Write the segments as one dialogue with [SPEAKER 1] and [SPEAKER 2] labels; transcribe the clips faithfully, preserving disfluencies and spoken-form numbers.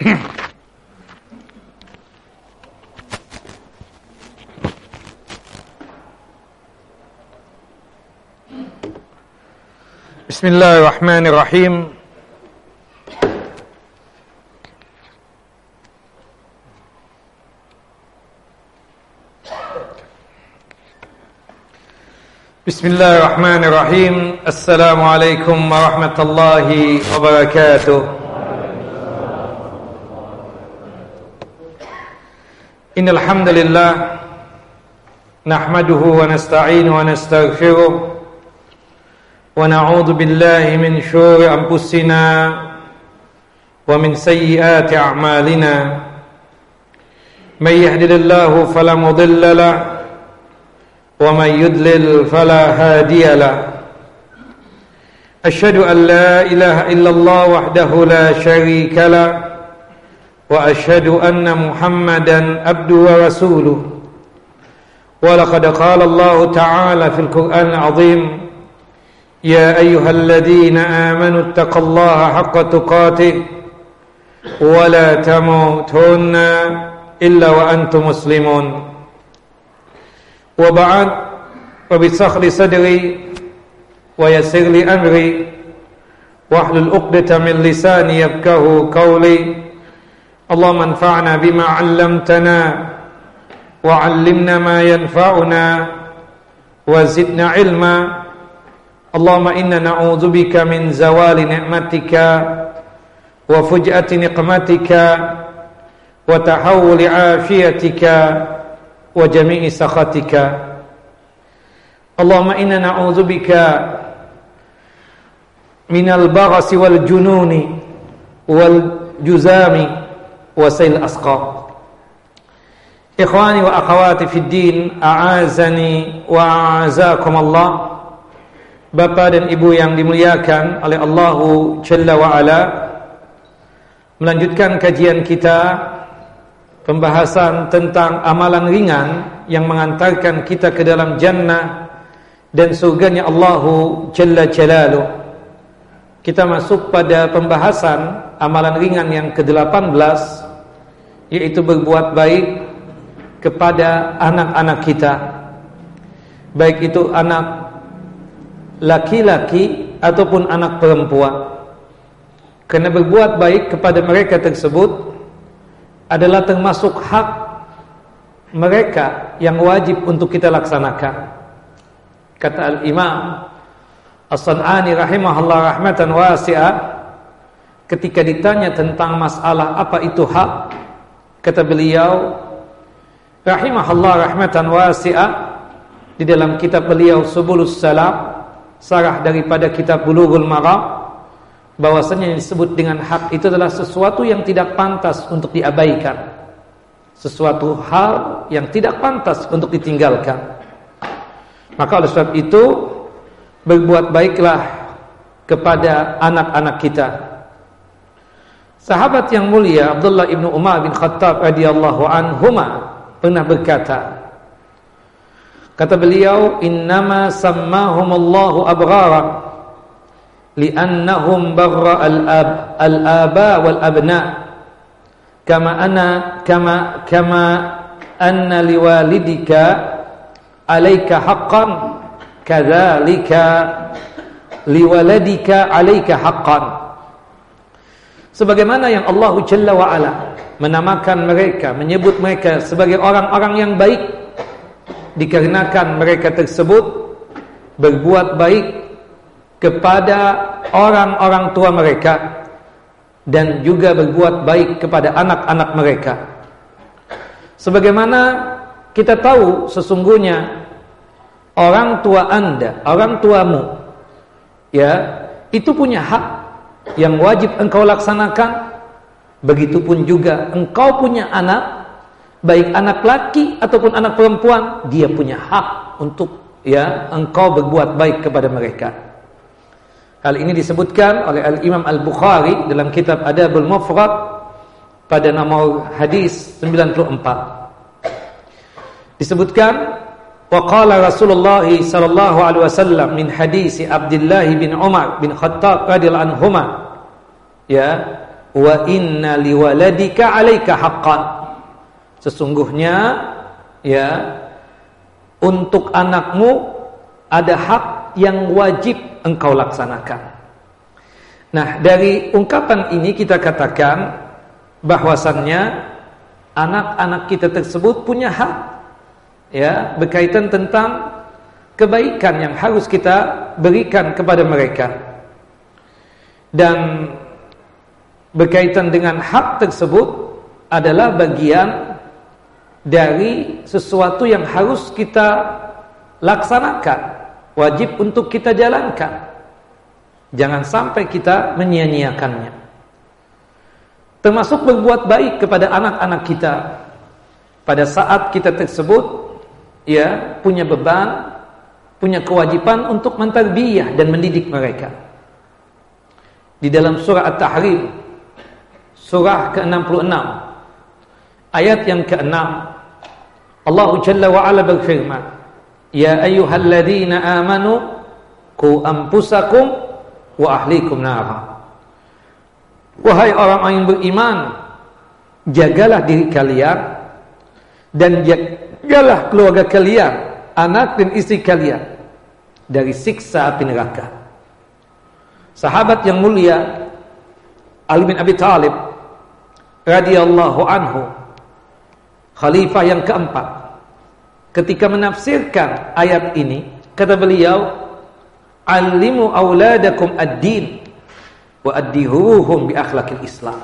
[SPEAKER 1] Bismillahirrahmanirrahim. Bismillahirrahmanirrahim. Assalamualaikum warahmatullahi wabarakatuh. Innal hamdalillah nahmaduhu wa nasta'inuhu wa nastaghfiruh wa na'udzu billahi min shururi anfusina wa min sayyiati a'malina. May yahdihillahu fala mudilla lahu ومن يضلل فلا هادي له أشهد أن لا إله إلا الله وحده لا شريك له وأشهد أن محمدا عبده ورسوله ولقد قال الله تعالى في القرآن العظيم يا أيها الذين آمنوا اتقوا الله حق تقاته ولا تموتن إلا وأنتم مسلمون wa ba'd wa bi sakhli sadri wa yassir li amri wahlul 'uqdatam min lisani yafqahu qawli Allahumma anfa'na bima 'allamtana wa 'allimna ma yanfa'una wa zidna 'ilma Allahumma inna na'udzubika min zawali ni'matika wa fuj'ati niqmatika wa tahawuli 'afiyatika wa jami'i sakhatika Allahumma inna na'udzubika minal baghasi wal jununi wal juzami wa sayl asqam. Ikhwani wa akhawati fid din, a'azani wa a'azakum Allah. Bapak dan Ibu yang dimuliakan oleh Allahu Jalla wa Ala, melanjutkan kajian kita pembahasan tentang amalan ringan yang mengantarkan kita ke dalam jannah dan surganya Allahu Jalla Jalaluh. Kita masuk pada pembahasan amalan ringan yang kedelapan belas, yaitu berbuat baik kepada anak-anak kita, baik itu anak laki-laki ataupun anak perempuan. Karena berbuat baik kepada mereka tersebut adalah termasuk hak mereka yang wajib untuk kita laksanakan. Kata Al-Imam As-San'ani rahimahullah rahmatan wasi'ah, ketika ditanya tentang masalah apa itu hak, kata beliau rahimahullah rahmatan wasi'ah di dalam kitab beliau Subulus Salam, sarah daripada kitab Bulughul Maram, bahwasanya yang disebut dengan hak itu adalah sesuatu yang tidak pantas untuk diabaikan, sesuatu hal yang tidak pantas untuk ditinggalkan. Maka oleh sebab itu, berbuat baiklah kepada anak-anak kita. Sahabat yang mulia Abdullah ibnu Umar bin Khattab radhiyallahu anhuma pernah berkata, kata beliau, innama sammahumullahu abrara li'annahum barra al-ab al-aba wal abna kama anna kama kama anna liwalidika alayka haqqan kadzalika liwaladika alayka haqqan. Sebagaimana yang Allah Jalla wa Ala menamakan mereka, menyebut mereka sebagai orang-orang yang baik, dikarenakan mereka tersebut berbuat baik kepada orang-orang tua mereka dan juga berbuat baik kepada anak-anak mereka. Sebagaimana kita tahu sesungguhnya orang tua Anda, orang tuamu, ya, itu punya hak yang wajib engkau laksanakan. Begitupun juga engkau punya anak, baik anak laki ataupun anak perempuan, dia punya hak untuk, ya, engkau berbuat baik kepada mereka. Hal ini disebutkan oleh Al-Imam Al-Bukhari dalam kitab Adabul Mufrad pada nomor hadis sembilan puluh empat. Disebutkan, wa qala Rasulullah sallallahu alaihi wasallam min hadis Abdullah bin Umar bin Khattab radhiyallahu anhuma, ya, wa inna liwaladika 'alaika haqqan. Sesungguhnya ya untuk anakmu ada hak yang wajib engkau laksanakan. Nah, dari ungkapan ini kita katakan bahwasannya anak-anak kita tersebut punya hak ya berkaitan tentang kebaikan yang harus kita berikan kepada mereka. Dan berkaitan dengan hak tersebut adalah bagian dari sesuatu yang harus kita laksanakan, wajib untuk kita jalankan. Jangan sampai kita menyia-nyiakannya. Termasuk berbuat baik kepada anak-anak kita pada saat kita tersebut ya punya beban, punya kewajiban untuk mentarbiyah dan mendidik mereka. Di dalam surah At-Tahrim, surah ke enam puluh enam, ayat yang keenam, Allah Jalla wa Ala berfirman, ya ayyuhalladzina amanu qu anfusakum wa ahlikum nara. Wahai orang-orang yang beriman, jagalah diri kalian dan jagalah keluarga kalian, anak dan istri kalian dari siksa api neraka. Sahabat yang mulia Ali bin Abi Thalib radhiyallahu anhu, khalifah yang keempat, ketika menafsirkan ayat ini, kata beliau, "Allimu auladakum ad-din wa addihuhum bi akhlaqil Islam."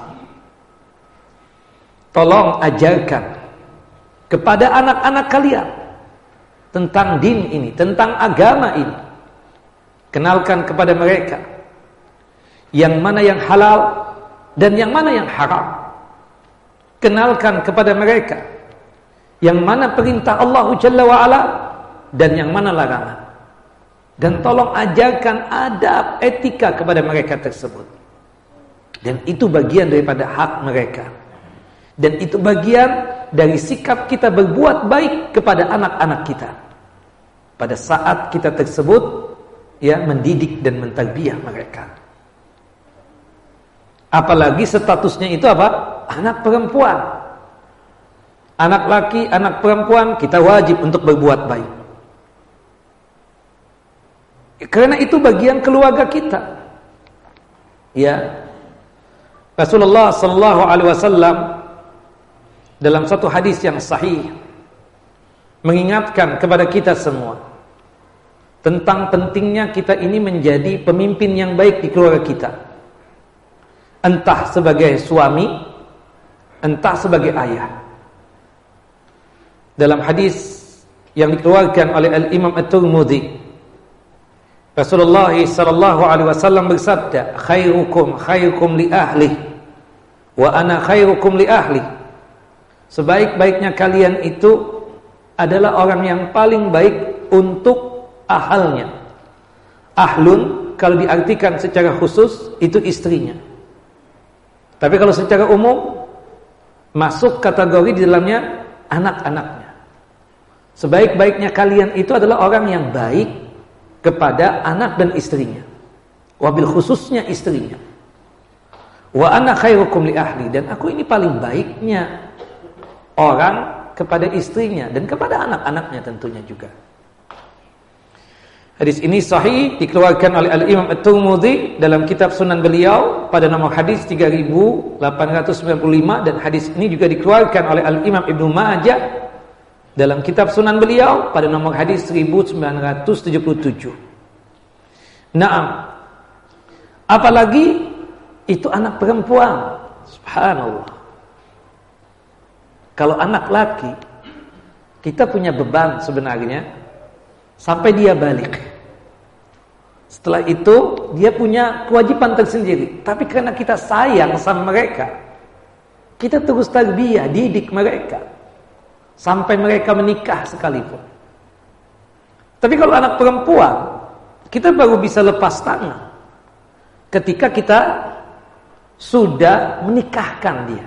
[SPEAKER 1] Tolong ajarkan kepada anak-anak kalian tentang din ini, tentang agama ini. Kenalkan kepada mereka yang mana yang halal dan yang mana yang haram. Kenalkan kepada mereka yang mana perintah Allah Jalla wa Ala dan yang mana larangan. Dan tolong ajarkan adab, etika kepada mereka tersebut. Dan itu bagian daripada hak mereka. Dan itu bagian dari sikap kita berbuat baik kepada anak-anak kita pada saat kita tersebut ya mendidik dan mentarbiyah mereka. Apalagi statusnya itu apa? Anak perempuan. Anak laki, anak perempuan, kita wajib untuk berbuat baik. Karena itu bagian keluarga kita. Ya. Rasulullah sallallahu alaihi wasallam dalam satu hadis yang sahih mengingatkan kepada kita semua tentang pentingnya kita ini menjadi pemimpin yang baik di keluarga kita. Entah sebagai suami, entah sebagai ayah. Dalam hadis yang dikeluarkan oleh Al-Imam At-Tirmidzi, Rasulullah sallallahu alaihi wasallam bersabda, "Khairukum khairukum li ahli wa ana khairukum li ahli." Sebaik-baiknya kalian itu adalah orang yang paling baik untuk ahalnya. Ahlun kalau diartikan secara khusus itu istrinya. Tapi kalau secara umum masuk kategori di dalamnya anak-anaknya. Sebaik-baiknya kalian itu adalah orang yang baik kepada anak dan istrinya. Wabil khususnya istrinya. Wa ana khairukum li ahli, dan aku ini paling baiknya orang kepada istrinya dan kepada anak-anaknya tentunya juga. Hadis ini sahih dikeluarkan oleh Al-Imam At-Tirmidzi dalam kitab Sunan beliau pada nomor hadis tiga ribu delapan ratus sembilan puluh lima, dan hadis ini juga dikeluarkan oleh Al-Imam Ibnu Majah dalam kitab Sunan beliau pada nomor hadis seribu sembilan ratus tujuh puluh tujuh. Naam. Apalagi itu anak perempuan. Subhanallah. Kalau anak laki, kita punya beban sebenarnya sampai dia balik. Setelah itu dia punya kewajiban tersendiri. Tapi karena kita sayang sama mereka, kita terus tarbiyah, didik mereka sampai mereka menikah sekalipun. Tapi kalau anak perempuan, kita baru bisa lepas tangan ketika kita sudah menikahkan dia.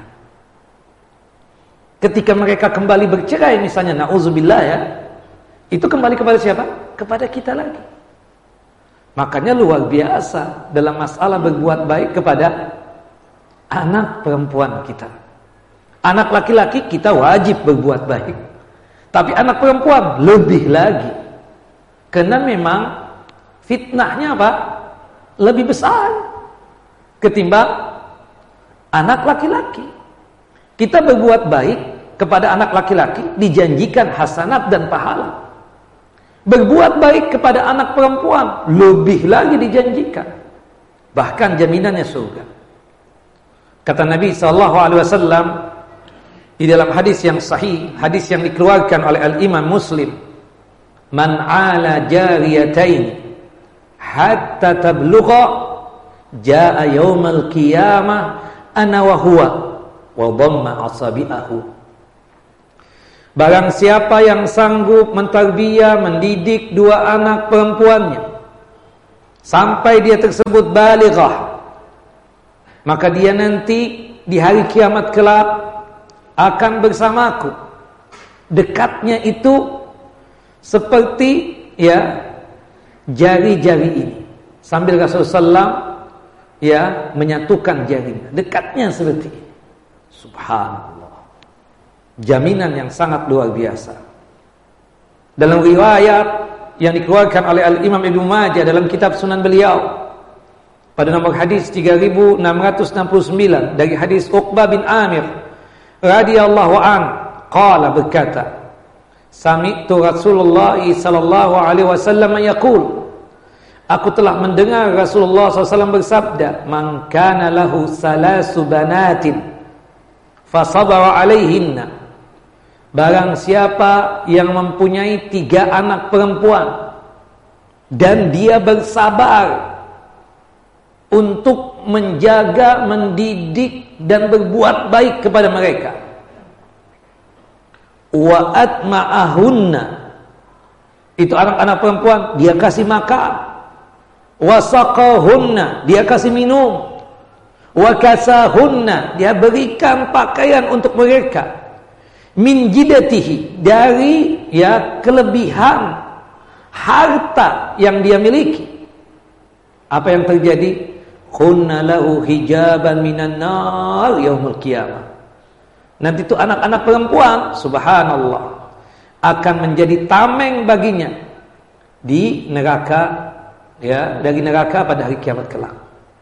[SPEAKER 1] Ketika mereka kembali bercerai misalnya, na'udzubillah ya, itu kembali kepada siapa? Kepada kita lagi. Makanya luar biasa dalam masalah berbuat baik kepada anak perempuan kita. Anak laki-laki kita wajib berbuat baik, tapi anak perempuan lebih lagi. Karena memang fitnahnya apa? Lebih besar ketimbang anak laki-laki. Kita berbuat baik kepada anak laki-laki dijanjikan hasanat dan pahala. Berbuat baik kepada anak perempuan lebih lagi dijanjikan, bahkan jaminannya surga. Kata Nabi sallallahu alaihi wasallam di dalam hadis yang sahih, hadis yang dikeluarkan oleh Al-Imam Muslim, "Man 'ala jariyatain hatta tablugha jaa yaumal qiyamah ana wa huwa wa dhamma asabi'ahu." Barang siapa yang sanggup mentarbiyah, mendidik dua anak perempuannya sampai dia tersebut balighah, maka dia nanti di hari kiamat kelak akan bersamaku. Dekatnya itu seperti ya jari-jari ini. Sambil Rasulullah sallallahu alaihi wasallam ya menyatukan jarinya. Dekatnya seperti ini. Subhanallah. Jaminan yang sangat luar biasa. Dalam riwayat yang dikeluarkan oleh Al-Imam Ibnu Majah dalam kitab Sunan beliau pada nomor hadis tiga ribu enam ratus enam puluh sembilan dari hadis Uqbah bin Amir radhiyallahu an, qala, berkata, sami'tu Rasulullah sallallahu alaihi wasallam yaqul, aku telah mendengar Rasulullah sallallahu alaihi wasallam bersabda, man kana lahu salasu banatin fasabara alaihinna, barang siapa yang mempunyai tiga anak perempuan dan dia bersabar untuk menjaga, mendidik dan berbuat baik kepada mereka, wa atma'ahunna, itu anak-anak perempuan dia kasih makan, wa saqahunna, dia kasih minum, wa kasahunna, dia berikan pakaian untuk mereka, min jidatihi, dari ya kelebihan harta yang dia miliki. Apa yang terjadi? Kunna lahu hijaban minan nar yaumul qiyamah. Nanti itu anak-anak perempuan, subhanallah, akan menjadi tameng baginya di neraka, ya, dari neraka pada hari kiamat kelak.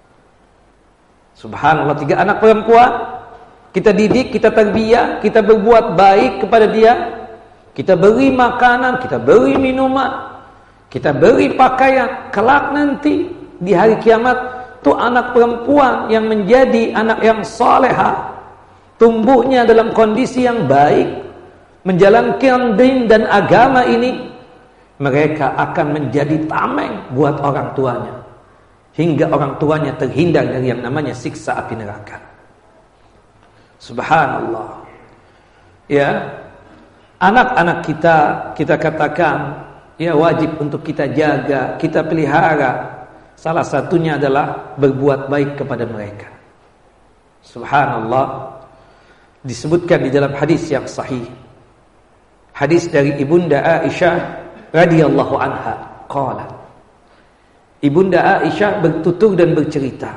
[SPEAKER 1] Subhanallah, tiga anak perempuan kita didik, kita tarbiyah, kita berbuat baik kepada dia, kita beri makanan, kita beri minuman, kita beri pakaian. Kelak nanti di hari kiamat itu anak perempuan yang menjadi anak yang salehah, tumbuhnya dalam kondisi yang baik, menjalankan din dan agama ini, mereka akan menjadi tameng buat orang tuanya, hingga orang tuanya terhindar dari yang namanya siksa api neraka. Subhanallah. Ya, anak-anak kita, kita katakan ya wajib untuk kita jaga, kita pelihara. Salah satunya adalah berbuat baik kepada mereka. Subhanallah. Disebutkan di dalam hadis yang sahih, hadis dari Ibunda Aisyah radhiyallahu anha, qala, Ibunda Aisyah bertutur dan bercerita,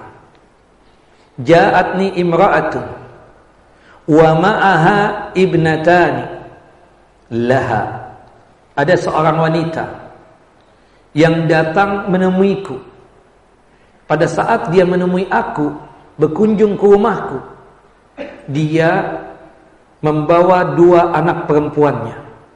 [SPEAKER 1] ja'atni imra'atun wa ma'aha ibnatani laha, ada seorang wanita yang datang menemuiku. Pada saat dia menemui aku, berkunjung ke rumahku, dia membawa dua anak perempuannya.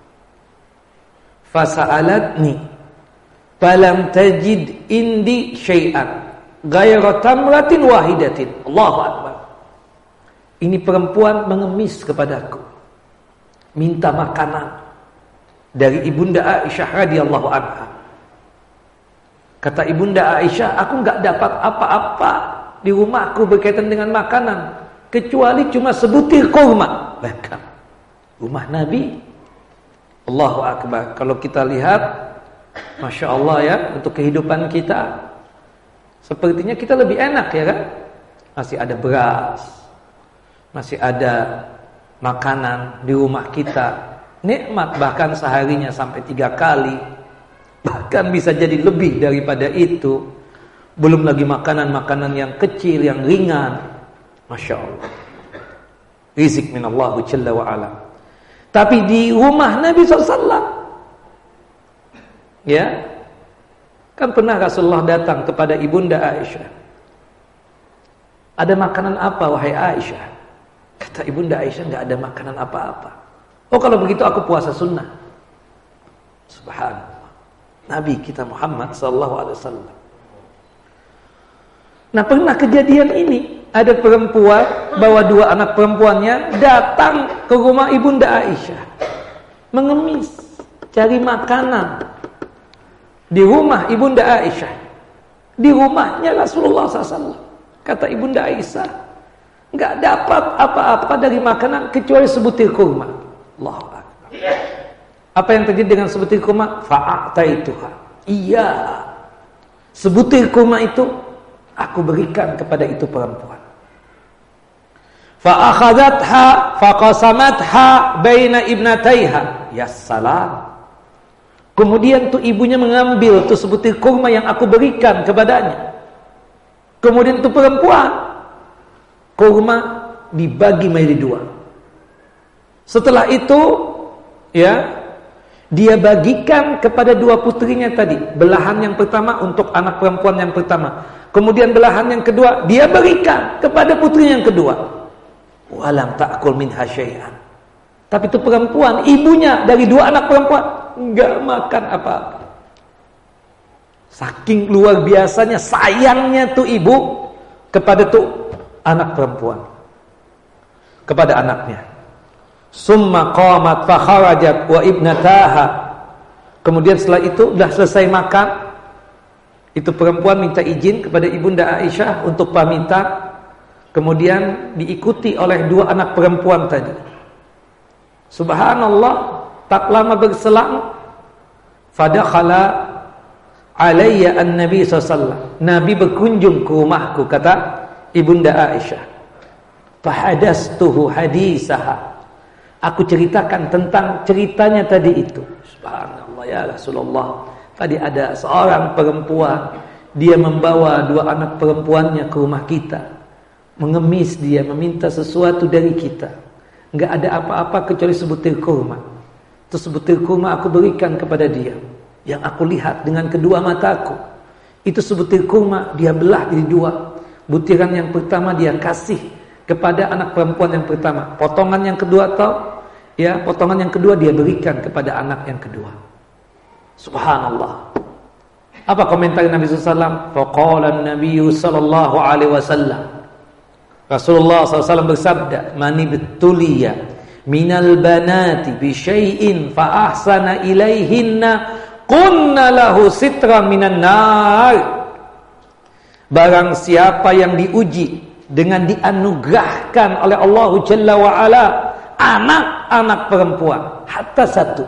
[SPEAKER 1] Fasa'alatni falam tajid indi syai'an ghaira tamratin wahidatin. Allahu akbar. Ini perempuan mengemis kepadaku, minta makanan dari Ibunda Aisyah radhiyallahu anha. Kata Ibunda Aisyah, aku enggak dapat apa-apa di rumahku berkaitan dengan makanan kecuali cuma sebutir kurma. Bahkan rumah Nabi, Allahu akbar. Kalau kita lihat, masya Allah ya, untuk kehidupan kita, sepertinya kita lebih enak ya kan? Masih ada beras, masih ada makanan di rumah kita, nikmat, bahkan seharinya sampai tiga kali, bahkan bisa jadi lebih daripada itu. Belum lagi makanan-makanan yang kecil, yang ringan, Masya Allah. Rizq minallahu jalla wa ala. Tapi di rumah Nabi shallallahu alaihi wasallam, ya, kan pernah Rasulullah datang kepada ibunda Aisyah. Ada makanan apa wahai Aisyah? Kata ibunda Aisyah, enggak ada makanan apa-apa. Oh, kalau begitu aku puasa sunnah. Subhanallah. Nabi kita Muhammad sallallahu alaihi wasallam. Nah, pernah kejadian ini. Ada perempuan bawa dua anak perempuannya datang ke rumah ibunda Aisyah, mengemis, cari makanan di rumah ibunda Aisyah, di rumahnya Rasulullah shallallahu alaihi wasallam. Kata ibunda Aisyah, nggak dapat apa-apa dari makanan kecuali sebutir kurma. Allahu Akbar. Apa yang terjadi dengan sebutir kurma? Fa'ataituha. Iya, sebutir kurma itu aku berikan kepada itu perempuan. Fa akhadhatha fa qasamatha baina ibnataiha. Ya salam. Kemudian tuh ibunya mengambil tuh sebutir kurma yang aku berikan kepadanya. Kemudian tuh perempuan, kurma dibagi menjadi dua. Setelah itu, ya, dia bagikan kepada dua putrinya tadi. Belahan yang pertama untuk anak perempuan yang pertama. Kemudian belahan yang kedua dia berikan kepada putri yang kedua. Walam ta'kul minha syai'an. Tapi itu perempuan, ibunya dari dua anak perempuan, enggak makan apa-apa. Saking luar biasanya sayangnya tuh ibu kepada tuh anak perempuan, kepada anaknya. Summa qamat fa kharajat wa ibnataha. Kemudian setelah itu sudah selesai makan, itu perempuan minta izin kepada ibunda Aisyah untuk pamitan. Kemudian diikuti oleh dua anak perempuan tadi. Subhanallah, tak lama berselang, fadakhala alayya an-nabi sallallahu alaihi wasallam. Nabi berkunjung ke rumahku, kata ibunda Aisyah. Fahadastuhu hadisaha. Aku ceritakan tentang ceritanya tadi itu. Subhanallah, ya Rasulullah. Tadi ada seorang perempuan, dia membawa dua anak perempuannya ke rumah kita. Mengemis dia, meminta sesuatu dari kita. Enggak ada apa-apa kecuali sebutir kurma. Itu sebutir kurma aku berikan kepada dia. Yang aku lihat dengan kedua mataku. Itu sebutir kurma dia belah jadi dua. Butiran yang pertama dia kasih kepada anak perempuan yang pertama. Potongan yang kedua atau ya, potongan yang kedua dia berikan kepada anak yang kedua. Subhanallah. Apa komentar Nabi sallallahu alaihi wasallam? Faqala an-nabiy sallallahu alaihi wasallam. Rasulullah sallallahu alaihi wasallam bersabda, "Mani betuliya minal banati bi syai'in fa ahsana ilaihinna kunna lahu sitran minan nar." Barang siapa yang diuji dengan dianugerahkan oleh Allah Jalla wa Ala anak-anak perempuan, hatta satu.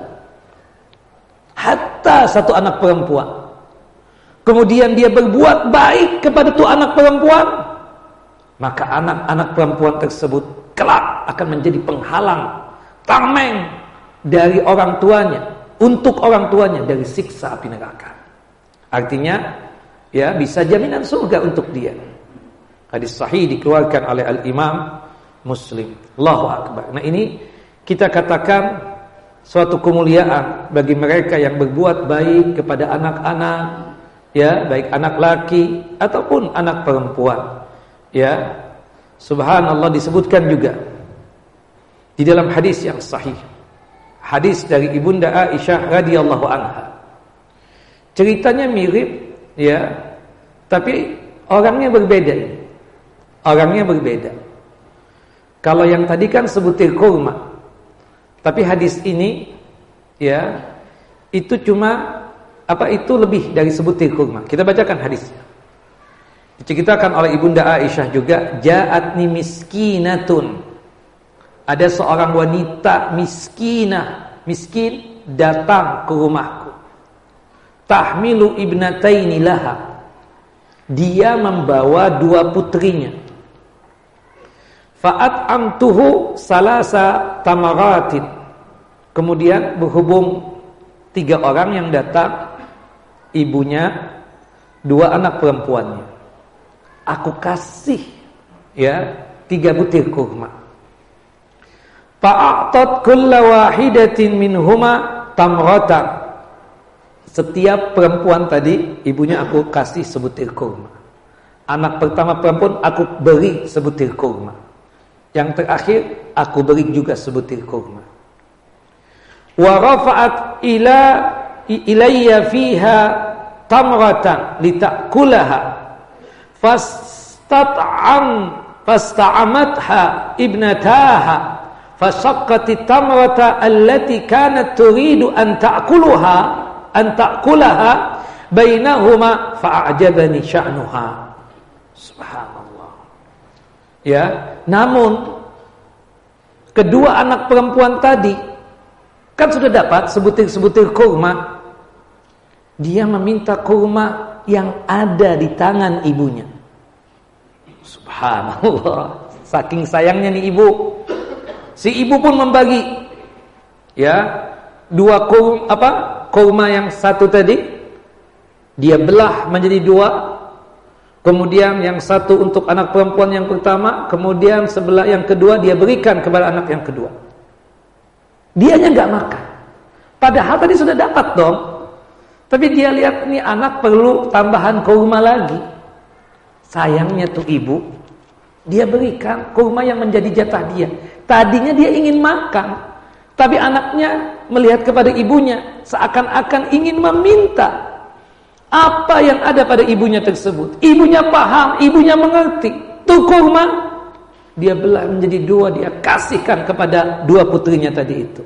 [SPEAKER 1] Hatta satu anak perempuan. Kemudian dia berbuat baik kepada tuh anak perempuan, maka anak-anak perempuan tersebut kelak akan menjadi penghalang, tameng dari orang tuanya, untuk orang tuanya dari siksa api neraka. Artinya, ya, bisa jaminan surga untuk dia. Hadis sahih dikeluarkan oleh Al-Imam Muslim. Allahu Akbar. Nah, ini kita katakan suatu kemuliaan bagi mereka yang berbuat baik kepada anak-anak, ya, baik anak laki ataupun anak perempuan. Ya, subhanallah, disebutkan juga di dalam hadis yang sahih, hadis dari ibunda Aisyah radhiyallahu anha. Ceritanya mirip, ya, tapi orangnya berbeda. Orangnya berbeda. Kalau yang tadi kan sebutir kurma, tapi hadis ini, ya, itu cuma apa itu lebih dari sebutir kurma. Kita bacakan hadisnya. Diceritakan oleh ibunda Aisyah juga, ja'atni miskinatun. Ada seorang wanita miskinah, miskin, datang ke rumahku. Tahmilu ibnataini laha. Dia membawa dua putrinya. Fa'at amtuhu salasa tamaratin. Kemudian berhubung tiga orang yang datang, ibunya, dua anak perempuannya. Aku kasih, ya, tiga butir kurma. Fa'atat kulla wahidatin minhuma tamratan. Setiap perempuan tadi, ibunya aku kasih sebutir kurma. Anak pertama perempuan aku beri sebutir kurma. Yang terakhir aku beri juga sebutir kurma. Wa rafa'at ila ilayya fiha tamratan litakulaha fastat'am fasta'amatha ibnataha fasaqqati tamrata allati kanat turidu an ta'kuluha an ta'kulaha bainahuma fa'ajabani sya'nuha. Subhanallah. Ya, namun kedua anak perempuan tadi kan sudah dapat sebutir-sebutir kurma. Dia meminta kurma yang ada di tangan ibunya. Subhanallah. Saking sayangnya nih ibu. Si ibu pun membagi. Ya, dua kurma apa? Kurma yang satu tadi dia belah menjadi dua. Kemudian yang satu untuk anak perempuan yang pertama, kemudian sebelah yang kedua dia berikan kepada anak yang kedua. Dianya enggak makan. Padahal tadi sudah dapat dong. Tapi dia lihat nih anak perlu tambahan kurma lagi. Sayangnya tuh ibu, dia berikan kurma yang menjadi jatah dia. Tadinya dia ingin makan, tapi anaknya melihat kepada ibunya seakan-akan ingin meminta apa yang ada pada ibunya tersebut. Ibunya paham, ibunya mengerti. Tuh kurma dia belah menjadi dua, dia kasihkan kepada dua putrinya tadi itu.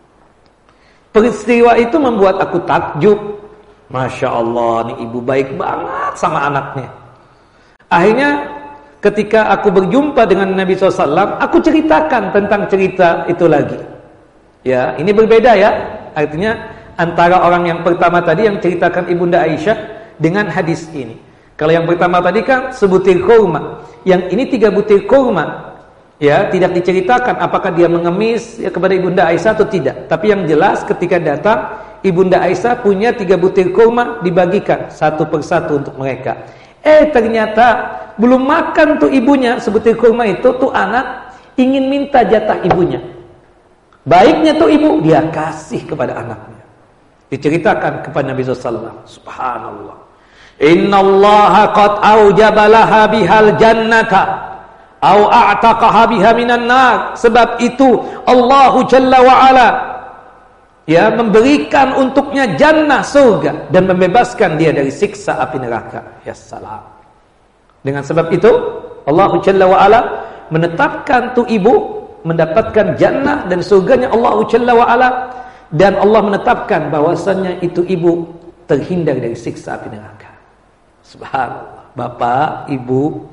[SPEAKER 1] Peristiwa itu membuat aku takjub. Masya Allah, nih ibu baik banget sama anaknya. Akhirnya ketika aku berjumpa dengan Nabi shallallahu alaihi wasallam, aku ceritakan tentang cerita itu lagi. Ya, ini berbeda ya. Artinya antara orang yang pertama tadi yang ceritakan Ibunda Aisyah dengan hadis ini. Kalau yang pertama tadi kan sebutir kurma, yang ini tiga butir kurma. Ya, tidak diceritakan apakah dia mengemis ya kepada Ibunda Aisyah atau tidak. Tapi yang jelas ketika datang Ibunda Aisyah punya tiga butir kurma, dibagikan satu persatu untuk mereka. Eh ternyata belum makan tuh ibunya sebutir kurma itu, tuh anak ingin minta jatah ibunya. Baiknya tuh ibu, dia kasih kepada anaknya. Diceritakan kepada Nabi shallallahu alaihi wasallam. Subhanallah. Innallaha qad aujaba laha bihal jannata au a'taqaha biha minan nar. Sebab itu Allahu Jalla wa Ala ya memberikan untuknya jannah surga dan membebaskan dia dari siksa api neraka. Ya salam. Dengan sebab itu Allah Jalla wa Ala menetapkan tu ibu mendapatkan jannah dan surganya Allah Jalla wa Ala, dan Allah menetapkan bahwasannya itu ibu terhindar dari siksa api neraka. Subhanallah. Bapak, ibu,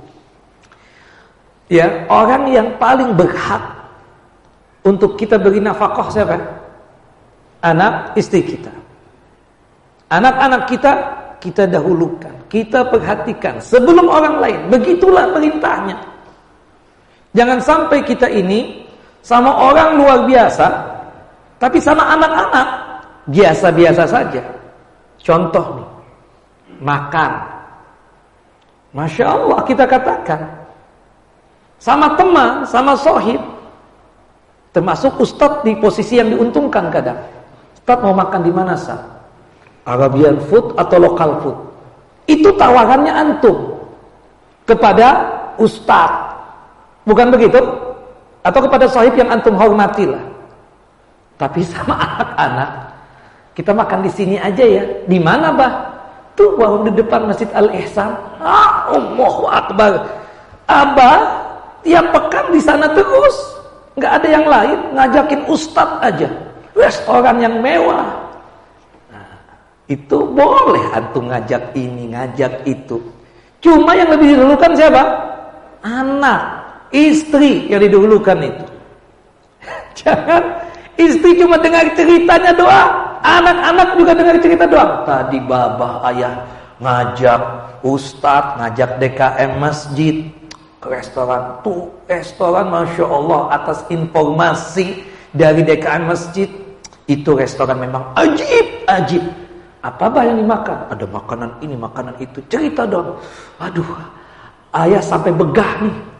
[SPEAKER 1] ya, orang yang paling berhak untuk kita beri nafkah siapa? Anak istri kita. Anak-anak kita kita dahulukan, kita perhatikan sebelum orang lain. Begitulah perintahnya. Jangan sampai kita ini sama orang luar biasa, tapi sama anak-anak biasa-biasa saja. Contoh nih, makan. Masya Allah kita katakan. Sama teman, sama sohib, termasuk ustadz di posisi yang diuntungkan kadang. Ustadz mau makan di mana sah? Arabian food atau local food? Itu tawarannya antum kepada ustadz, bukan begitu? Atau kepada sahib yang antum hormatilah. Tapi sama anak-anak, kita makan di sini aja ya. Di mana bah? Tuh warung di depan Masjid Al-Ihsan. Ah, Allahu Akbar. Abah tiap pekan di sana terus, nggak ada yang lain, ngajakin ustadz aja. Restoran yang mewah. Nah, itu boleh antum ngajak ini, ngajak itu. Cuma yang lebih didahulukan siapa? Anak, istri yang didahulukan itu. Jangan istri cuma dengar ceritanya doang, anak-anak juga dengar cerita doang. Tadi babah ayah ngajak ustadz, ngajak D K M masjid ke restoran. Tuh restoran Masya Allah, atas informasi dari D K M masjid, itu restoran memang ajib, ajib. Apa bah yang dimakan? Ada makanan ini, makanan itu. Cerita dong. Aduh, ayah sampai begah nih.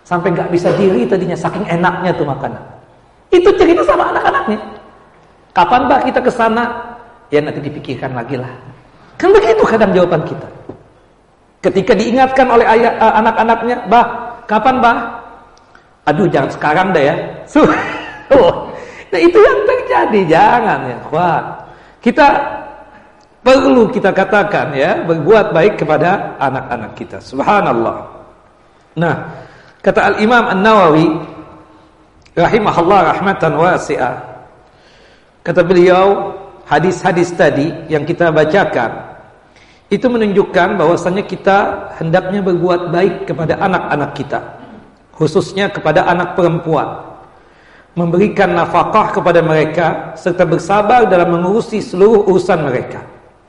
[SPEAKER 1] Sampai nggak bisa diri tadinya, saking enaknya tuh makanan. Itu cerita sama anak-anaknya. Kapan bah kita ke sana? Ya nanti dipikirkan lagi lah. Kan begitu kadang jawaban kita. Ketika diingatkan oleh ayah, uh, anak-anaknya, bah, kapan bah? Aduh, jangan sekarang deh ya. Nah itu yang terjadi, jangan ya. Wah, kita perlu kita katakan ya, berbuat baik kepada anak-anak kita. Subhanallah. Nah, kata Al-Imam An-Nawawi rahimahullah rahmatan wasi'ah. Kata beliau, hadis-hadis tadi yang kita bacakan itu menunjukkan bahwasanya kita hendaknya berbuat baik kepada anak-anak kita, khususnya kepada anak perempuan, memberikan nafkah kepada mereka serta bersabar dalam mengurusi seluruh urusan mereka.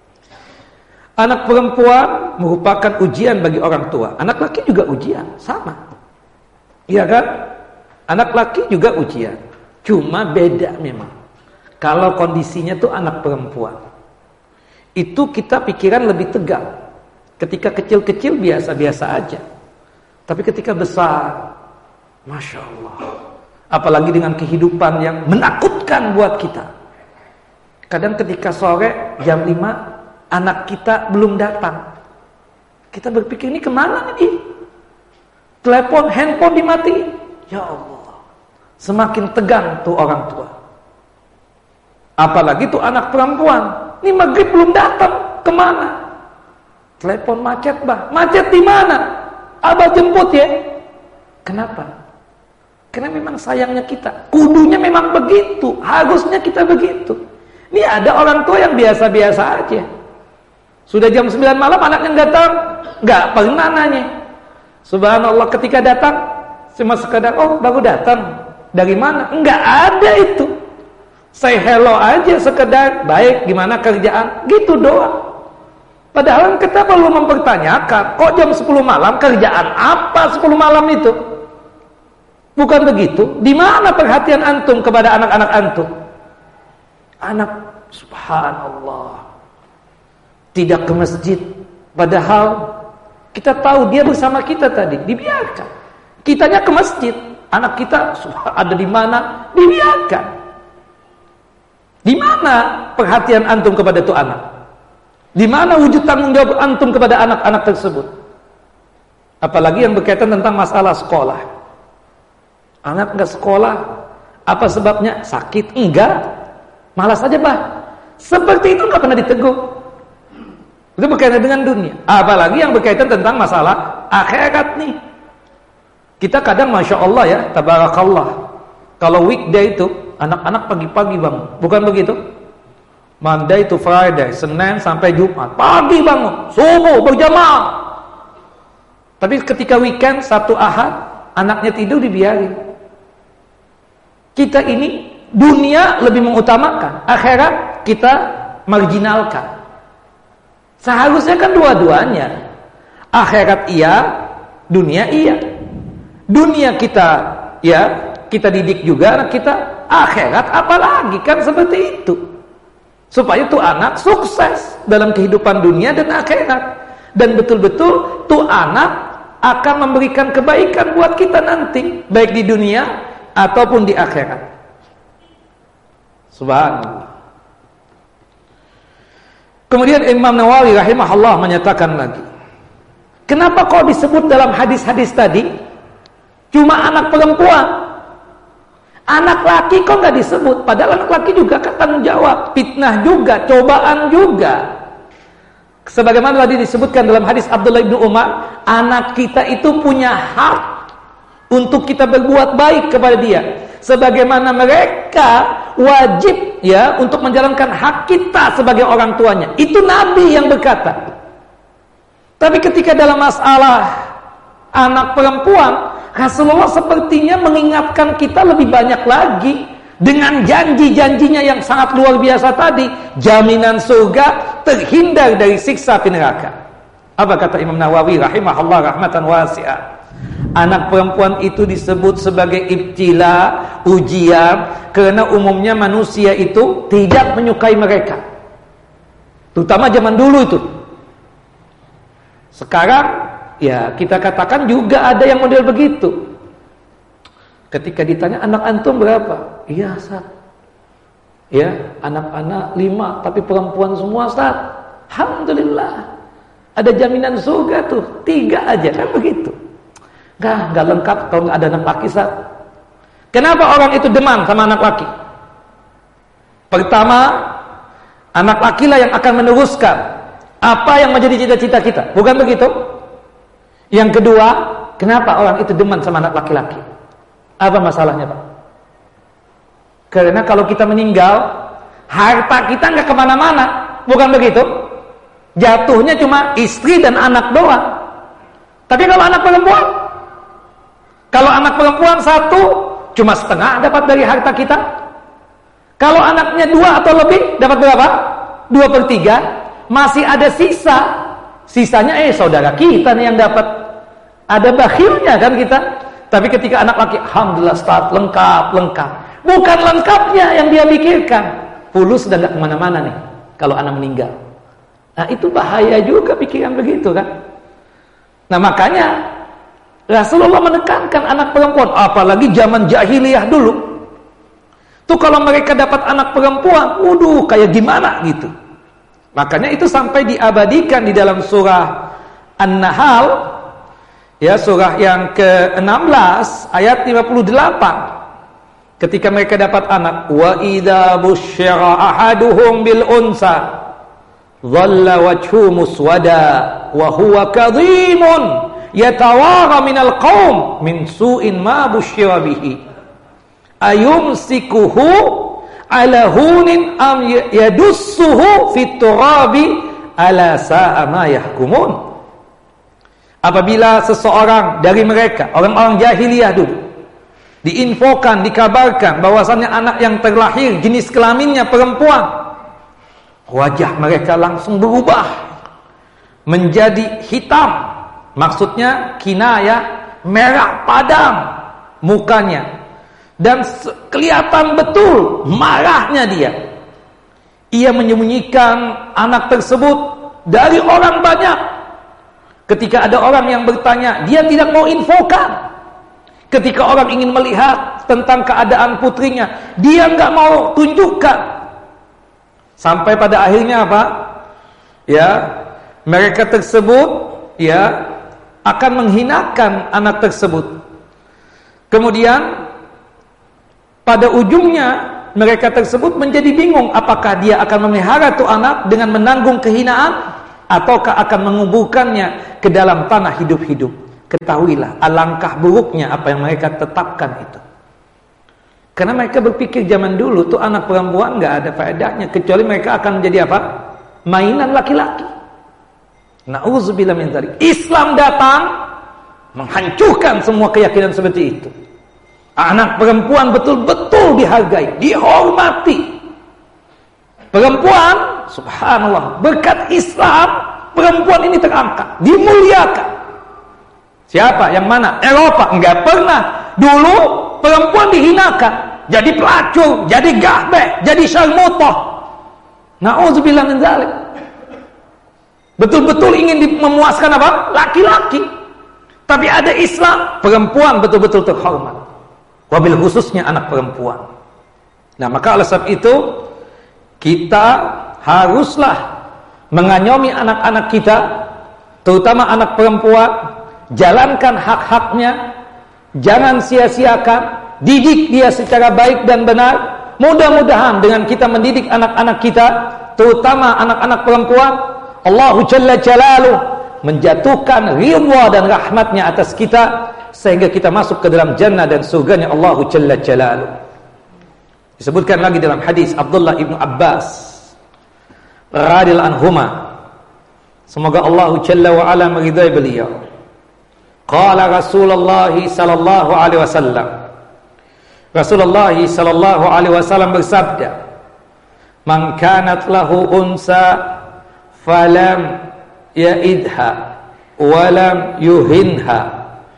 [SPEAKER 1] Anak perempuan merupakan ujian bagi orang tua. Anak laki juga ujian, sama. Iya kan? Anak laki juga ujian. Cuma beda memang. Kalau kondisinya tuh anak perempuan, itu kita pikiran lebih tegang. Ketika kecil-kecil biasa-biasa aja. Tapi ketika besar, Masya Allah, apalagi dengan kehidupan yang menakutkan buat kita. Kadang ketika sore jam lima, anak kita belum datang, kita berpikir, ini kemana nih? Telepon, handphone dimatiin. Ya Allah, semakin tegang tuh orang tua. Apalagi tuh anak perempuan, ini maghrib belum datang, kemana? Telepon macet bah, macet di mana? Abah jemput ya. Kenapa? Karena memang sayangnya kita, kudunya memang begitu, harusnya kita begitu. Ini ada orang tua yang biasa-biasa aja. Sudah jam sembilan malam anaknya datang, nggak pernah nanya. Subhanallah, ketika datang cuma sekadar, oh baru datang, dari mana? Nggak ada itu. Say hello aja sekedar, baik, gimana kerjaan, gitu doang. Padahal kita perlu mempertanyakan, kok jam sepuluh malam kerjaan apa sepuluh malam itu? Bukan begitu. Di mana perhatian antum kepada anak-anak antum? Anak, subhanallah, tidak ke masjid, padahal kita tahu dia bersama kita tadi, dibiarkan. Kitanya ke masjid, anak kita ada di mana, dibiarkan. Di mana perhatian antum kepada itu anak? Di mana wujud tanggung jawab antum kepada anak-anak tersebut? Apalagi yang berkaitan tentang masalah sekolah. Anak enggak sekolah, apa sebabnya? Sakit? Enggak. Malas saja bah. Seperti itu enggak pernah ditegur. Itu berkaitan dengan dunia. Apalagi yang berkaitan tentang masalah akhirat nih. Kita kadang Masya Allah ya, tabarakallah, kalau weekday itu anak-anak pagi-pagi bangun. Bukan begitu? Monday to Friday, Senin sampai Jumat, pagi bangun, subuh berjamaah. Tapi ketika weekend, Sabtu Ahad, anaknya tidur dibiarin. Kita ini dunia lebih mengutamakan, akhirat kita marginalkan. Seharusnya kan dua-duanya. Akhirat iya, dunia iya. Dunia kita ya, kita didik juga anak kita, akhirat apalagi, kan seperti itu. Supaya tuh anak sukses dalam kehidupan dunia dan akhirat. Dan betul-betul tuh anak akan memberikan kebaikan buat kita nanti, baik di dunia ataupun di akhirat. Subhanallah. Kemudian Imam Nawawi rahimahullah menyatakan lagi, kenapa kok disebut dalam hadis-hadis tadi cuma anak perempuan? Anak laki kok nggak disebut? Padahal anak laki juga kan tanggung jawab, fitnah juga, cobaan juga. Sebagaimana tadi disebutkan dalam hadis Abdullah bin Umar, anak kita itu punya hak untuk kita berbuat baik kepada dia, sebagaimana mereka wajib ya untuk menjalankan hak kita sebagai orang tuanya. Itu Nabi yang berkata. Tapi ketika dalam masalah anak perempuan, Rasulullah sepertinya mengingatkan kita lebih banyak lagi dengan janji-janjinya yang sangat luar biasa tadi, jaminan surga, terhindar dari siksa api neraka. Apa kata Imam Nawawi rahimahullah rahmatan wasi'ah? Anak perempuan itu disebut sebagai ibtila, ujian, karena umumnya manusia itu tidak menyukai mereka. Terutama zaman dulu itu. Sekarang ya kita katakan juga ada yang model begitu. Ketika ditanya, anak antum berapa? Iya, Ustaz. Ya, anak-anak lima, tapi perempuan semua, Ustaz. Alhamdulillah. Ada jaminan surga tuh, tiga aja, kan begitu. Enggak, enggak lengkap kalau enggak ada anak laki, Ustaz. Kenapa orang itu demam sama anak laki? Pertama, anak laki lah yang akan meneruskan apa yang menjadi cita-cita kita, bukan begitu? Yang kedua, kenapa orang itu demam sama anak laki-laki? Apa masalahnya, Pak? Karena kalau kita meninggal, harta kita nggak kemana-mana, bukan begitu? Jatuhnya cuma istri dan anak doang. Tapi kalau anak perempuan, kalau anak perempuan satu, cuma setengah dapat dari harta kita. Kalau anaknya dua atau lebih, dapat berapa? Dua per tiga. Masih ada sisa. Sisanya eh saudara kita nih yang dapat. Ada bakhilnya kan kita. Tapi ketika anak laki, alhamdulillah start lengkap, lengkap. Bukan lengkapnya yang dia pikirkan. Fulus sudah gak kemana-mana nih kalau anak meninggal. Nah itu bahaya juga pikiran begitu kan. Nah makanya Rasulullah menekankan anak perempuan, apalagi zaman jahiliyah dulu. Tuh kalau mereka dapat anak perempuan, waduh kayak gimana gitu. Makanya itu sampai diabadikan di dalam surah An-Nahl, ya surah yang ke enam belas ayat lima puluh delapan. Ketika mereka dapat anak, wa idza busyira ahaduhum bil unsa dhalla wajhu muswada wa huwa kadhimun yatawara minal qaum min su'in ma busyira bihi ayumsikuhu ala hunin am yadussuhu fit turabi ala sa'a ma yahkumun. Apabila seseorang dari mereka, orang-orang jahiliyah dulu, diinfokan, dikabarkan bahwasannya anak yang terlahir jenis kelaminnya perempuan, wajah mereka langsung berubah menjadi hitam. Maksudnya kinayah, merah padam mukanya, dan kelihatan betul marahnya dia. Ia menyembunyikan anak tersebut dari orang banyak. Ketika ada orang yang bertanya, dia tidak mau infokan. Ketika orang ingin melihat tentang keadaan putrinya, dia nggak mau tunjukkan. Sampai pada akhirnya apa? Ya, mereka tersebut ya akan menghinakan anak tersebut. Kemudian pada ujungnya mereka tersebut menjadi bingung apakah dia akan memelihara tuh anak dengan menanggung kehinaan ataukah akan menguburkannya ke dalam tanah hidup-hidup. Ketahuilah alangkah buruknya apa yang mereka tetapkan itu. Karena mereka berpikir zaman dulu tuh anak perempuan nggak ada faedahnya, kecuali mereka akan menjadi apa? Mainan laki-laki. Na'udzubillah min dzalik. Islam datang menghancurkan semua keyakinan seperti itu. Anak perempuan betul-betul dihargai, dihormati. Perempuan, subhanallah, berkat Islam, perempuan ini terangkat, dimuliakan. Siapa? Yang mana? Eropa? Enggak pernah. Dulu perempuan dihinakan, jadi pelacur, jadi gahbeh, jadi syarmutah. Na'udzubillah min dzalik. Betul-betul ingin memuaskan apa? Laki-laki. Tapi ada Islam, perempuan betul-betul terhormat. Wabil khususnya anak perempuan. Nah, maka oleh sebab itu kita haruslah mengayomi anak-anak kita, terutama anak perempuan, jalankan hak-haknya, jangan sia-siakan, didik dia secara baik dan benar. Mudah-mudahan dengan kita mendidik anak-anak kita, terutama anak-anak perempuan, Allah Jalla Jalaluh menjatuhkan ridha dan rahmatnya atas kita, sehingga kita masuk ke dalam jannah dan surganya Allah Jalla Jalaluh. Disebutkan lagi dalam hadis Abdullah ibnu Abbas radhiyallahu anhuma, semoga Allah Jalla wa ala meridai beliau. Qala Rasulullah sallallahu alaihi wasallam, Rasulullah sallallahu alaihi wasallam bersabda, "Man kanat lahu unsa falam ya'idha walam yuhinha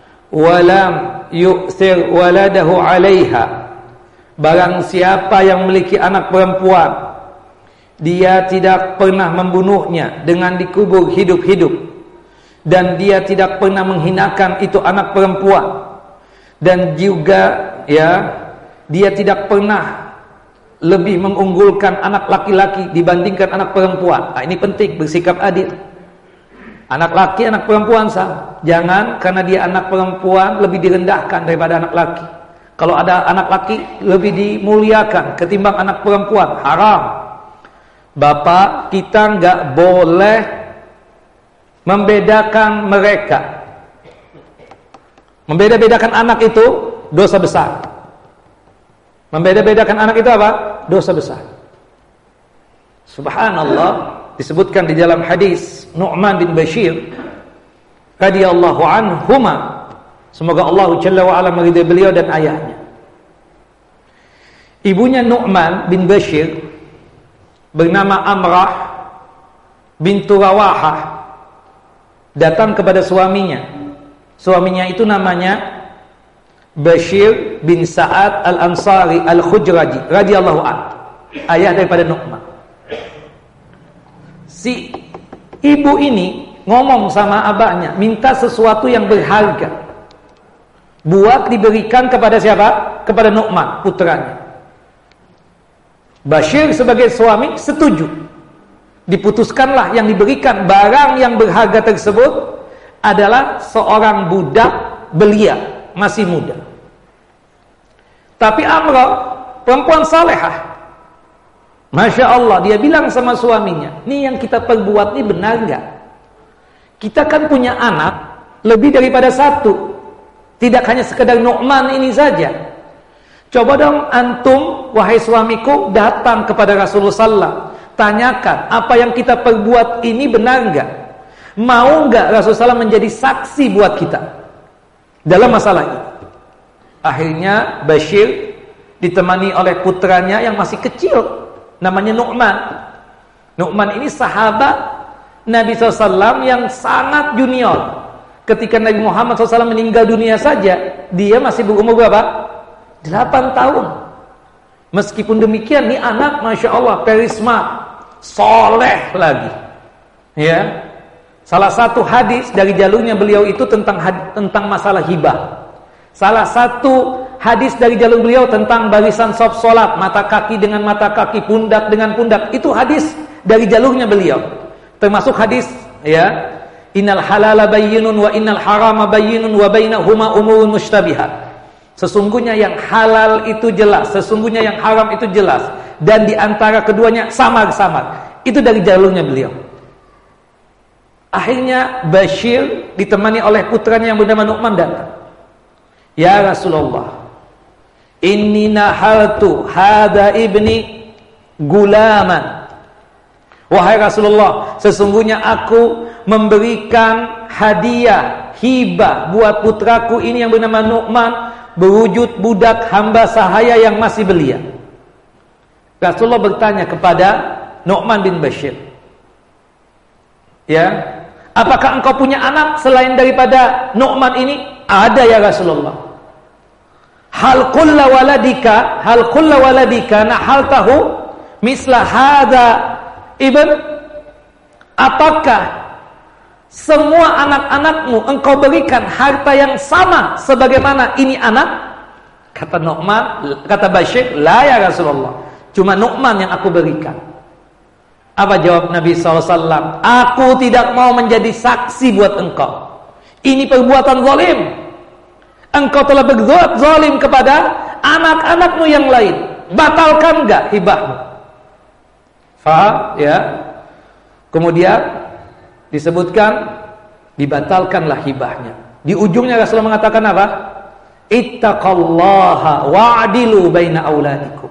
[SPEAKER 1] walam yu'thir waladahu 'alaiha." Barang siapa yang memiliki anak perempuan, dia tidak pernah membunuhnya dengan dikubur hidup-hidup, dan dia tidak pernah menghinakan itu anak perempuan, dan juga ya, dia tidak pernah lebih mengunggulkan anak laki-laki dibandingkan anak perempuan. Nah, ini penting, bersikap adil. Anak laki, anak perempuan sama. Jangan karena dia anak perempuan lebih direndahkan daripada anak laki. Kalau ada anak laki lebih dimuliakan ketimbang anak perempuan, haram. Bapak kita nggak boleh membedakan mereka. Membeda-bedakan anak itu dosa besar. Membeda-bedakan anak itu apa? Dosa besar. Subhanallah, disebutkan di dalam hadis Nu'man bin Bashir radhiyallahu anhuma, semoga Allah Jalla wa ala meridai beliau dan ayahnya. Ibunya Nu'man bin Bashir bernama Amrah bintu Rawahah datang kepada suaminya. Suaminya itu namanya Bashir bin Sa'ad Al-Ansari Al-Khujraji radhiyallahu anhu, ayah daripada Nu'man. Si ibu ini ngomong sama abahnya, minta sesuatu yang berharga buat diberikan kepada siapa? Kepada Nu'man, putranya. Bashir sebagai suami setuju. Diputuskanlah yang diberikan barang yang berharga tersebut adalah seorang budak belia, masih muda. Tapi Amrah perempuan salehah, Masya Allah, dia bilang sama suaminya, "Nih yang kita perbuat ini benar nggak? Kita kan punya anak lebih daripada satu. Tidak hanya sekedar Nu'man ini saja. Coba dong antum, wahai suamiku, datang kepada Rasulullah sallallahu alaihi wasallam. Tanyakan, apa yang kita perbuat ini benar nggak? Mau nggak Rasulullah sallallahu alaihi wasallam menjadi saksi buat kita dalam masalah ini?" Akhirnya Bashir ditemani oleh putranya yang masih kecil, namanya Nu'man. Nu'man ini sahabat Nabi shallallahu alaihi wasallam yang sangat junior. Ketika Nabi Muhammad shallallahu alaihi wasallam meninggal dunia saja, dia masih berumur berapa? delapan tahun. Meskipun demikian, ini anak Masya Allah, perisma, soleh lagi. Ya, salah satu hadis dari jalurnya beliau itu tentang tentang masalah hibah. Salah satu hadis dari jalur beliau tentang barisan saf salat, mata kaki dengan mata kaki, pundak dengan pundak. Itu hadis dari jalurnya beliau. Termasuk hadis, ya, innal halala bayyinun wa innal harama bayyinun wa bainahuma umurun mushtabihat. Sesungguhnya yang halal itu jelas, sesungguhnya yang haram itu jelas, dan di antara keduanya samar-samar. Itu dari jalurnya beliau. Akhirnya Bashir ditemani oleh putranya yang bernama Nu'man datang. "Ya Rasulullah, inni nahaltu hada ibni gulaman." Wahai Rasulullah, sesungguhnya aku memberikan hadiah, hibah buat putraku ini yang bernama Nu'man, berwujud budak hamba sahaya yang masih belia. Rasulullah bertanya kepada Nu'man bin Bashir, ya, apakah engkau punya anak selain daripada Nu'man ini? Ada ya Rasulullah. Hal kulla waladika, hal kulla waladika nahaltahu misla hadza ibn? Apakah semua anak-anakmu engkau berikan harta yang sama sebagaimana ini anak? Kata Nu'man, kata Bashir, la ya Rasulullah, cuma Nu'man yang aku berikan. Apa jawab Nabi shallallahu alaihi wasallam? Aku tidak mau menjadi saksi buat engkau. Ini perbuatan zalim. Engkau telah berbuat zalim kepada anak-anakmu yang lain. Batalkan enggak hibahmu? Faham? Ya. Kemudian disebutkan dibatalkanlah hibahnya. Di ujungnya Rasulullah mengatakan apa? Ittaqallaha wa'dilu baina auladikum.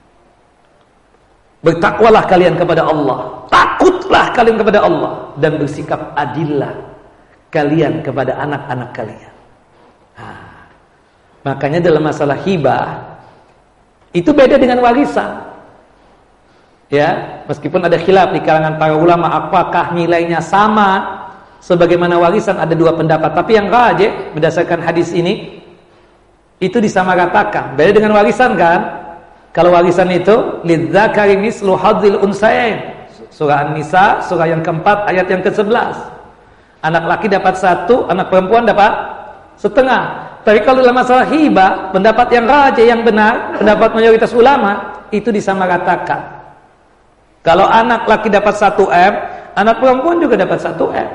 [SPEAKER 1] Bertakwalah kalian kepada Allah, takutlah kalian kepada Allah, dan bersikap adillah kalian kepada anak-anak kalian. Nah, makanya dalam masalah hibah itu beda dengan warisan. Ya, meskipun ada khilaf di kalangan para ulama apakah nilainya sama sebagaimana warisan, ada dua pendapat. Tapi yang rajih berdasarkan hadis ini itu disamaratakan. Beda dengan warisan kan? Kalau warisan itu lidzakari mislu hadzil unsayain. Surah An-Nisa, surah yang keempat, ayat yang kesebelas. Anak laki dapat satu, anak perempuan dapat setengah. Tapi kalau dalam masalah hibah, pendapat yang rajih, yang benar, pendapat mayoritas ulama, itu disamaratakan. Kalau anak laki dapat satu M, anak perempuan juga dapat satu M.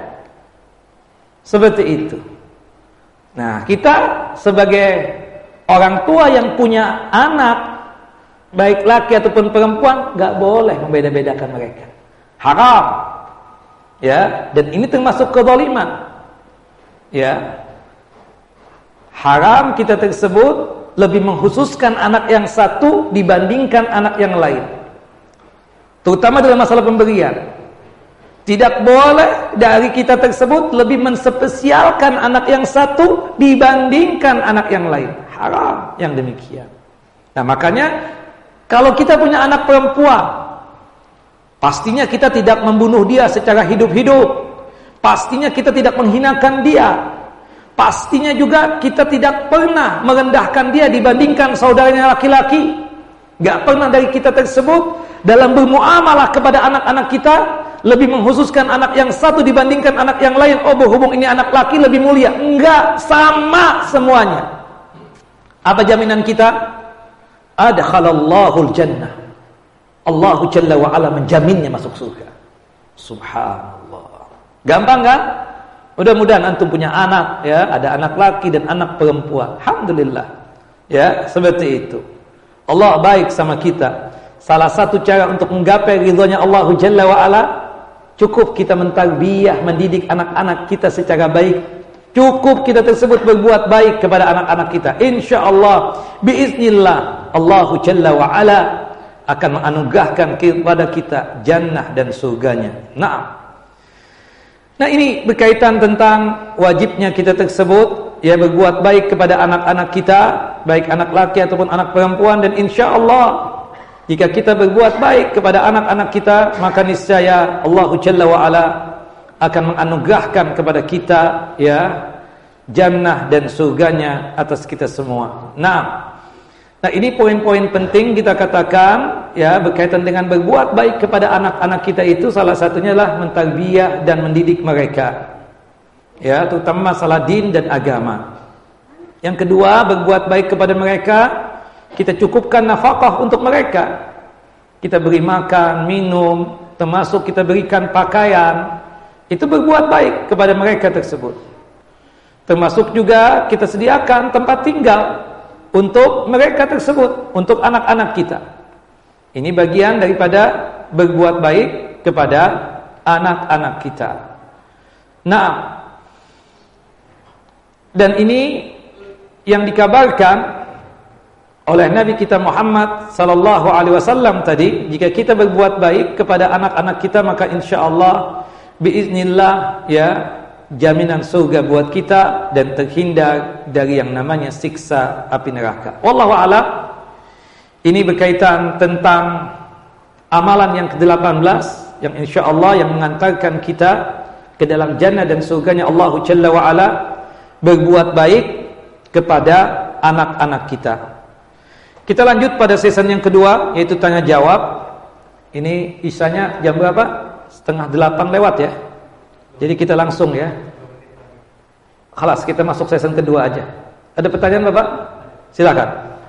[SPEAKER 1] Seperti itu. Nah, kita sebagai orang tua yang punya anak, baik laki ataupun perempuan, gak boleh membeda-bedakan mereka. Haram. Ya, dan ini termasuk kezaliman. Ya. Haram kita tersebut lebih mengkhususkan anak yang satu dibandingkan anak yang lain. Terutama dalam masalah pemberian. Tidak boleh dari kita tersebut lebih menspesialkan anak yang satu dibandingkan anak yang lain. Haram yang demikian. Nah, makanya kalau kita punya anak perempuan, pastinya kita tidak membunuh dia secara hidup-hidup. Pastinya kita tidak menghinakan dia. Pastinya juga kita tidak pernah merendahkan dia dibandingkan saudaranya laki-laki. Gak pernah dari kita tersebut dalam bermuamalah kepada anak-anak kita lebih mengkhususkan anak yang satu dibandingkan anak yang lain. Oh, berhubung ini anak laki lebih mulia. Enggak, sama semuanya. Apa jaminan kita? Adkhalallahul jannah. Allahu Jalla wa Ala menjaminnya masuk surga. Subhanallah. Gampang kan? Mudah-mudahan antum punya anak, ya, ada anak laki dan anak perempuan. Alhamdulillah. Ya, seperti itu. Allah baik sama kita. Salah satu cara untuk menggapai ridhonya Allah Jalla wa Ala, cukup kita mentarbiyah, mendidik anak-anak kita secara baik. Cukup kita tersebut berbuat baik kepada anak-anak kita. Insyaallah, biiznillah, Allah Jalla wa Ala akan menganugerahkan kepada kita jannah dan surganya. Naam. Nah, ini berkaitan tentang wajibnya kita tersebut, ya, berbuat baik kepada anak-anak kita, baik anak laki ataupun anak perempuan. Dan insya Allah jika kita berbuat baik kepada anak-anak kita, maka niscaya Allah Jalla wa Ala akan menganugerahkan kepada kita, ya, jannah dan surganya atas kita semua. Nah, Nah, ini poin-poin penting kita katakan, ya, berkaitan dengan berbuat baik kepada anak-anak kita itu salah satunya adalah mentarbiyah dan mendidik mereka. Ya, terutama masalah din dan agama. Yang kedua, berbuat baik kepada mereka, kita cukupkan nafkah untuk mereka. Kita beri makan, minum, termasuk kita berikan pakaian. Itu berbuat baik kepada mereka tersebut. Termasuk juga kita sediakan tempat tinggal untuk mereka tersebut, untuk anak-anak kita. Ini bagian daripada berbuat baik kepada anak-anak kita. Nah, dan ini yang dikabarkan oleh Nabi kita Muhammad sallallahu alaihi wasallam tadi, jika kita berbuat baik kepada anak-anak kita, maka insyaallah biiznillah, ya, jaminan surga buat kita dan terhindar dari yang namanya siksa api neraka. Wallahu a'lam. Ini berkaitan tentang amalan yang kedelapan belas yang insyaallah yang mengantarkan kita ke dalam jannah dan surganya Allah Jalla wa Ala, berbuat baik kepada anak-anak kita. Kita lanjut pada season yang kedua, yaitu tanya jawab. Ini isanya jam berapa? Setengah delapan lewat, ya. Jadi kita langsung, ya. Khalas, kita masuk season kedua aja. Ada pertanyaan, Bapak? Silakan.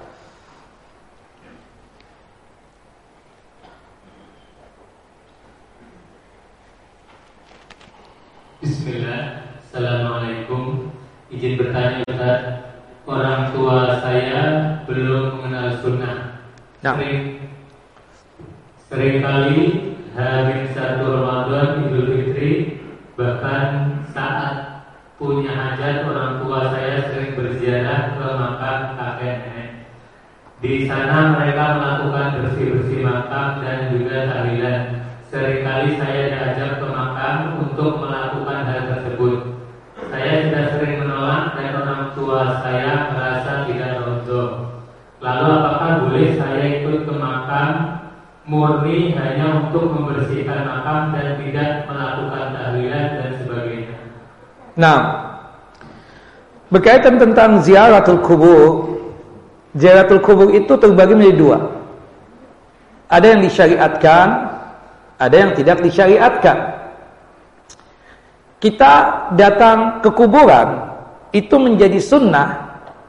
[SPEAKER 2] Bismillah. Assalamualaikum. Izin bertanya, Ustaz. Orang tua saya belum mengenal sunnah.
[SPEAKER 1] Nah.
[SPEAKER 2] Sering Seringkali hari satu Ramadan, Idul Fitri, bahkan saat punya hajat, orang tua saya sering berziarah ke makam kakek nenek. Di sana mereka melakukan bersih-bersih makam dan juga tahlilan. Seringkali saya diajak ke makam untuk melakukan hal tersebut. Saya sudah sering menolak dan orang tua saya merasa tidak ridho. Lalu apakah boleh saya ikut ke makam murni hanya untuk membersihkan makam dan tidak melakukan tahlilan dan sebagainya?
[SPEAKER 1] Nah, berkaitan tentang ziaratul kubur, ziaratul kubur itu terbagi menjadi dua. Ada yang disyariatkan, ada yang tidak disyariatkan. Kita datang ke kuburan itu menjadi sunnah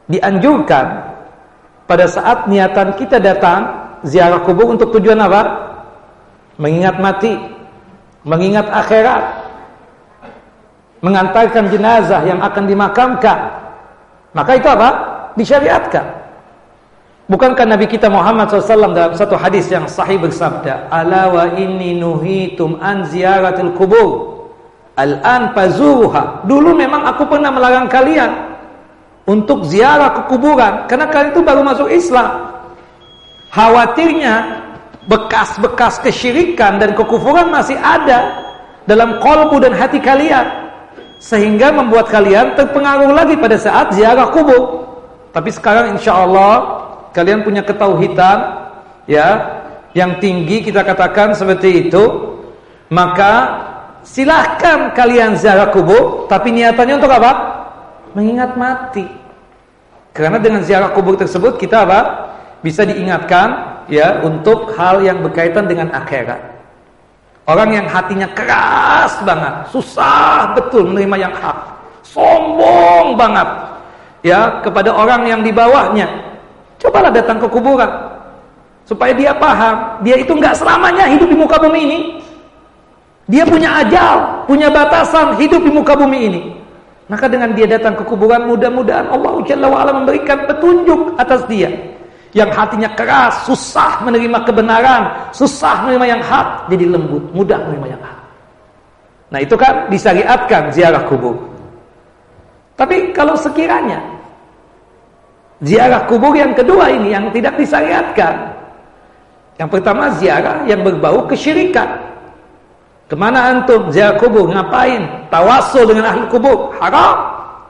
[SPEAKER 1] dianjurkan pada saat niatan kita datang ziarah kubur untuk tujuan apa? Mengingat mati, mengingat akhirat, mengantarkan jenazah yang akan dimakamkan. Maka itu apa? Disyariatkan. Bukankah Nabi kita Muhammad shallallahu alaihi wasallam dalam satu hadis yang sahih bersabda, ala wa inni nuhitum an ziyaratil kubur al-an fazuruha. Dulu memang aku pernah melarang kalian untuk ziarah ke kuburan, karena kalian itu baru masuk Islam. Khawatirnya bekas-bekas kesyirikan dan kekufuran masih ada dalam qalbu dan hati kalian, sehingga membuat kalian terpengaruh lagi pada saat ziarah kubur. Tapi sekarang insya Allah kalian punya ketauhidan ya yang tinggi, kita katakan seperti itu, maka silahkan kalian ziarah kubur, tapi niatannya untuk apa? Mengingat mati. Karena dengan ziarah kubur tersebut kita apa? Bisa diingatkan ya untuk hal yang berkaitan dengan akhirat. Orang yang hatinya keras banget, susah betul menerima yang hak, sombong banget ya kepada orang yang di bawahnya, cobalah datang ke kuburan supaya dia paham, dia itu enggak selamanya hidup di muka bumi ini. Dia punya ajal, punya batasan hidup di muka bumi ini. Maka dengan dia datang ke kuburan, mudah-mudahan Allah Jalla wa Ala memberikan petunjuk atas dia. Yang hatinya keras, susah menerima kebenaran, susah menerima yang hak, jadi lembut, mudah menerima yang hak. Nah itu kan disyariatkan ziarah kubur. Tapi kalau sekiranya ziarah kubur yang kedua ini yang tidak disyariatkan, yang pertama ziarah yang berbau kesyirikan. Kemana antum ziarah kubur? Ngapain? Tawassul dengan ahli kubur? Haram.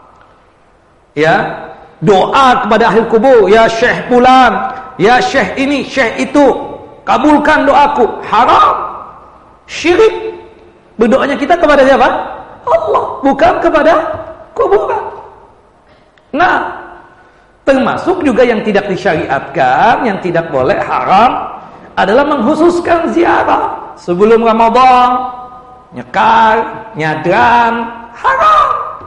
[SPEAKER 1] Ya, doa kepada ahli kubur, ya syekh fulan, ya syekh ini, syekh itu, kabulkan doaku. Haram. Syirik. Berdoanya kita kepada siapa? Allah, bukan kepada kuburan. Nah, termasuk juga yang tidak disyariatkan, yang tidak boleh, haram, adalah mengkhususkan ziarah sebelum Ramadan, nyekar, nyadran, haram.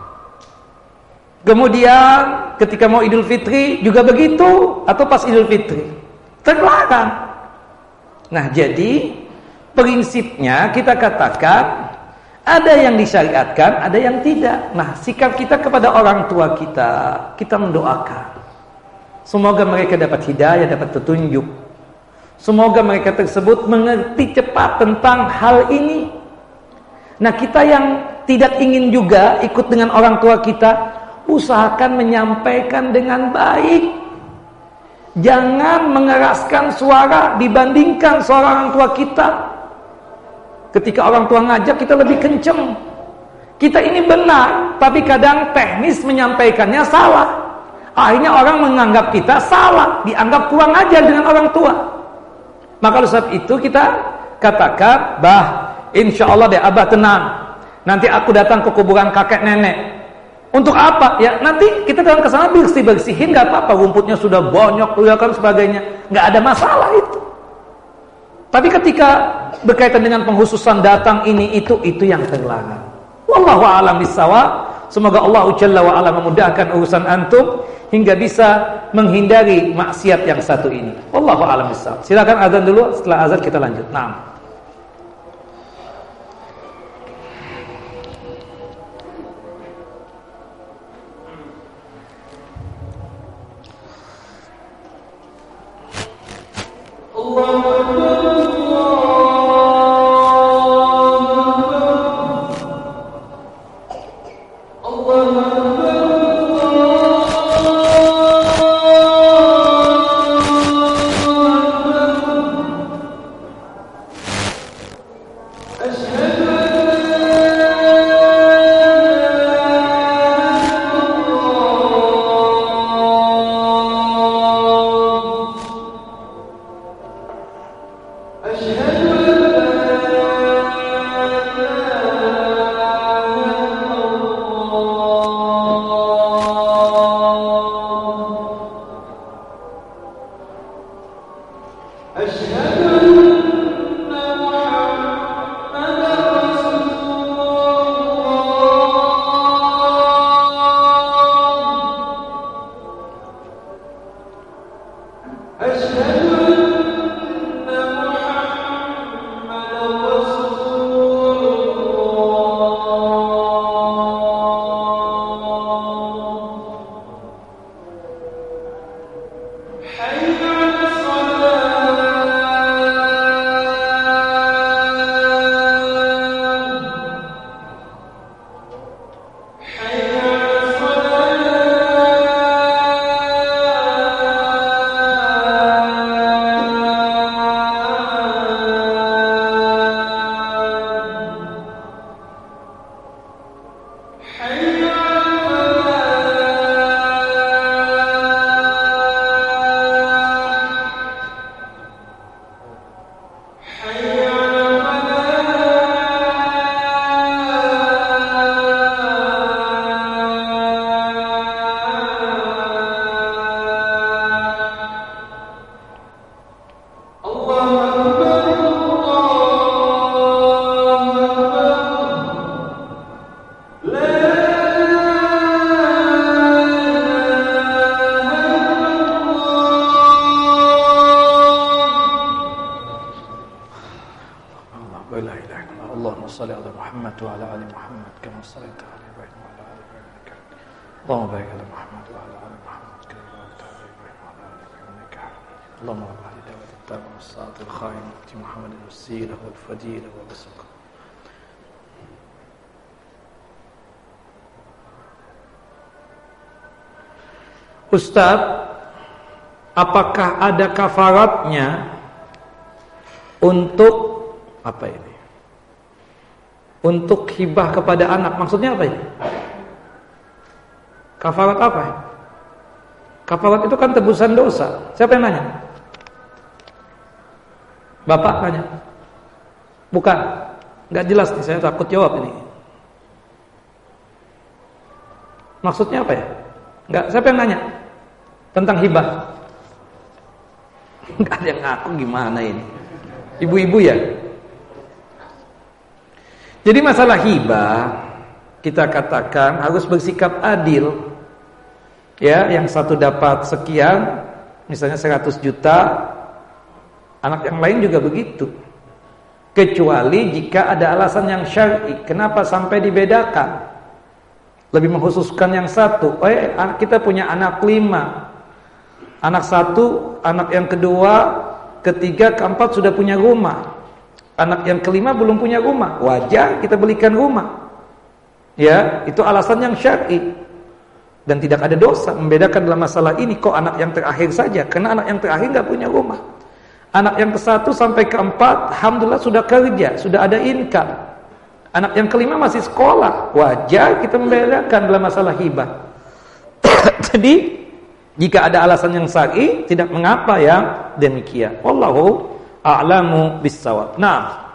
[SPEAKER 1] Kemudian ketika mau Idul Fitri juga begitu, atau pas Idul Fitri, terlarang. Nah, jadi prinsipnya kita katakan ada yang disyariatkan, ada yang tidak. Nah, sikap kita kepada orang tua kita, kita mendoakan semoga mereka dapat hidayah, dapat petunjuk. Semoga mereka tersebut mengerti cepat tentang hal ini. Nah, kita yang tidak ingin juga ikut dengan orang tua kita, usahakan menyampaikan dengan baik. Jangan mengeraskan suara dibandingkan suara orang tua kita. Ketika orang tua ngajak, kita lebih kenceng. Kita ini benar, tapi kadang teknis menyampaikannya salah. Akhirnya orang menganggap kita salah, dianggap kurang ajar dengan orang tua. Maka oleh sebab itu kita katakan, bah, insya Allah deh abah tenang, nanti aku datang ke kuburan kakek nenek. Untuk apa? Ya nanti kita datang ke sana bersih-bersihin, nggak apa-apa, rumputnya sudah banyak, ya kan sebagainya, nggak ada masalah itu. Tapi ketika berkaitan dengan penghususan datang ini itu, itu yang terlarang. Wallahu a'lam bishawab. Semoga Allah Jalla wa Ala memudahkan urusan antum hingga bisa menghindari maksiat yang satu ini. Wallahu a'lam bishawab. Silakan azan dulu, setelah azan kita lanjut. Naam. Muhammad wa ala ali Muhammad kama shallaita ala Ibrahim wa ala ali Ibrahim innaka Hamidum Majid. Allahumma barik ala Muhammad wa ala ali Muhammad kama barakta ala Ibrahim wa ala ali Ibrahim innaka Hamidum Majid. Allahumma rabb hadhihi da'wati at-tammah was-salati al-qa'imah ati Muhammadin wasilah wal fadilah wa basaq. Ustaz, apakah ada kafaratnya untuk apa ini? Untuk hibah kepada anak. Maksudnya apa ini? Kafarat apa? Kafarat itu kan tebusan dosa. Siapa yang nanya? Bapak nanya? Bukan. Enggak jelas nih, saya takut jawab ini. Maksudnya apa ya? Enggak, siapa yang nanya? Tentang hibah. Enggak ada yang ngaku, gimana ini? Ibu-ibu ya? Jadi masalah hibah, kita katakan harus bersikap adil. Ya, yang satu dapat sekian, misalnya seratus juta, anak yang lain juga begitu. Kecuali jika ada alasan yang syar'i. Kenapa sampai dibedakan? Lebih mengkhususkan yang satu. Oh ya, kita punya anak lima. Anak satu, anak yang kedua, ketiga, keempat sudah punya rumah. Anak yang kelima belum punya rumah. Wajar kita belikan rumah. Ya, itu alasan yang syar'i. Dan tidak ada dosa membedakan dalam masalah ini. Kok anak yang terakhir saja? Karena anak yang terakhir nggak punya rumah. Anak yang ke satu sampai keempat, alhamdulillah sudah kerja, sudah ada income. Anak yang kelima masih sekolah. Wajar kita membedakan dalam masalah hibah. Jadi jika ada alasan yang syar'i, tidak mengapa yang demikian. Wallahu a'lamu bis-shawab. Nah,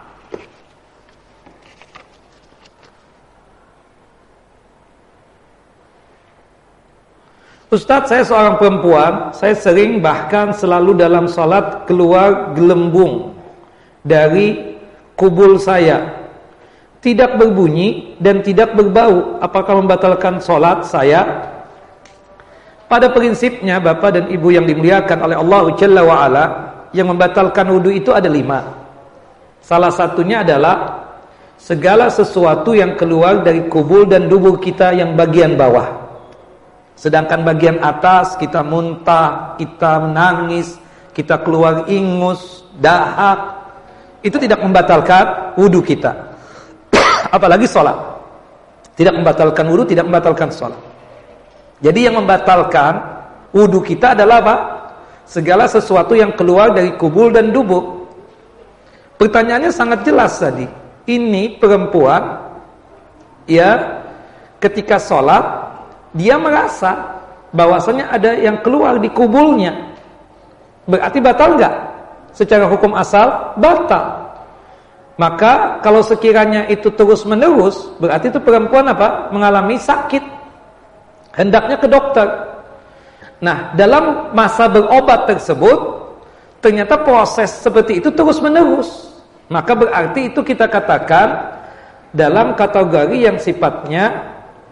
[SPEAKER 1] Ustaz, saya seorang perempuan, saya sering bahkan selalu dalam salat keluar gelembung dari kubul saya. Tidak berbunyi dan tidak berbau. Apakah membatalkan salat saya? Pada prinsipnya, Bapak dan Ibu yang dimuliakan oleh Allah Jalla wa'ala, yang membatalkan wudu itu ada lima. Salah satunya adalah segala sesuatu yang keluar dari kubul dan dubur kita yang bagian bawah. Sedangkan bagian atas kita muntah, kita menangis, kita keluar ingus, dahak, itu tidak membatalkan wudu kita. Apalagi sholat. Tidak membatalkan wudu, tidak membatalkan sholat. Jadi yang membatalkan wudu kita adalah apa? Segala sesuatu yang keluar dari kubul dan dubur. Pertanyaannya sangat jelas tadi. Ini perempuan, ya, ketika sholat dia merasa bahwasanya ada yang keluar di kubulnya. Berarti batal enggak? Secara hukum asal batal. Maka kalau sekiranya itu terus menerus, berarti itu perempuan apa? Mengalami sakit. Hendaknya ke dokter. Nah, dalam masa berobat tersebut, ternyata proses seperti itu terus menerus. Maka berarti itu kita katakan dalam kategori yang sifatnya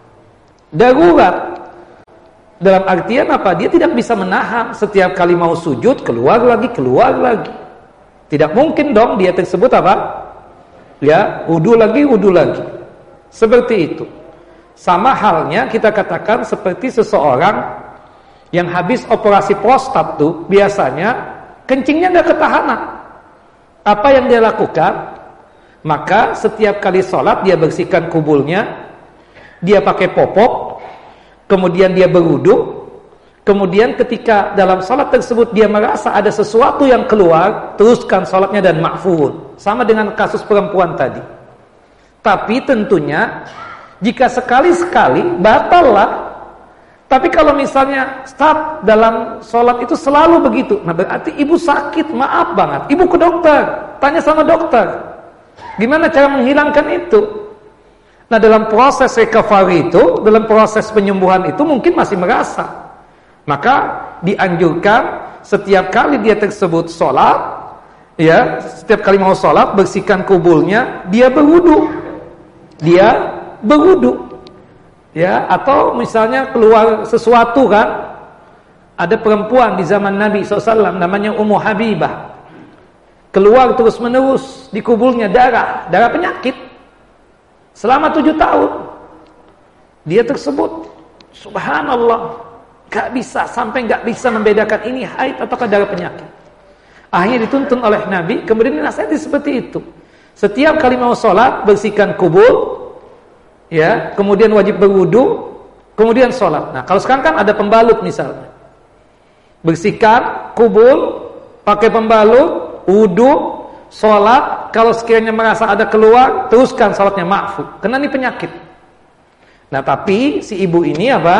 [SPEAKER 1] darurat. Dalam artian apa? Dia tidak bisa menahan, setiap kali mau sujud keluar lagi, keluar lagi. Tidak mungkin dong dia tersebut apa? Ya, wudu lagi, wudu lagi. Seperti itu. Sama halnya kita katakan seperti seseorang yang habis operasi prostat tuh, biasanya kencingnya nggak ketahanan. Apa yang dia lakukan? Maka setiap kali sholat dia bersihkan kubulnya, dia pakai popok, kemudian dia berwudu, kemudian ketika dalam sholat tersebut dia merasa ada sesuatu yang keluar, teruskan sholatnya dan ma'fun. Sama dengan kasus perempuan tadi. Tapi tentunya jika sekali-sekali batal lah. Tapi kalau misalnya start dalam sholat itu selalu begitu, nah berarti ibu sakit, maaf banget. Ibu ke dokter, tanya sama dokter, gimana cara menghilangkan itu. Nah dalam proses recovery itu, dalam proses penyembuhan itu mungkin masih merasa. Maka dianjurkan setiap kali dia tersebut sholat, ya, setiap kali mau sholat bersihkan kubulnya, dia berwudu, dia berwudu, ya. Atau misalnya keluar sesuatu kan, ada perempuan di zaman Nabi shallallahu alaihi wasallam namanya Ummu Habibah, keluar terus menerus di kubulnya darah, darah penyakit. selama tujuh tahun. Dia tersebut, subhanallah, gak bisa, sampai gak bisa membedakan ini haid atau darah penyakit. Akhirnya dituntun oleh Nabi, kemudian dinasihati seperti itu. Setiap kali mau sholat, bersihkan kubur, ya, kemudian wajib berwudu, kemudian sholat. Nah, kalau sekarang kan ada pembalut misalnya. Bersihkan kubur, pakai pembalut, wudu, sholat. Kalau sekiranya merasa ada keluar, teruskan sholatnya, ma'fu. Karena ini penyakit. Nah, tapi si ibu ini apa?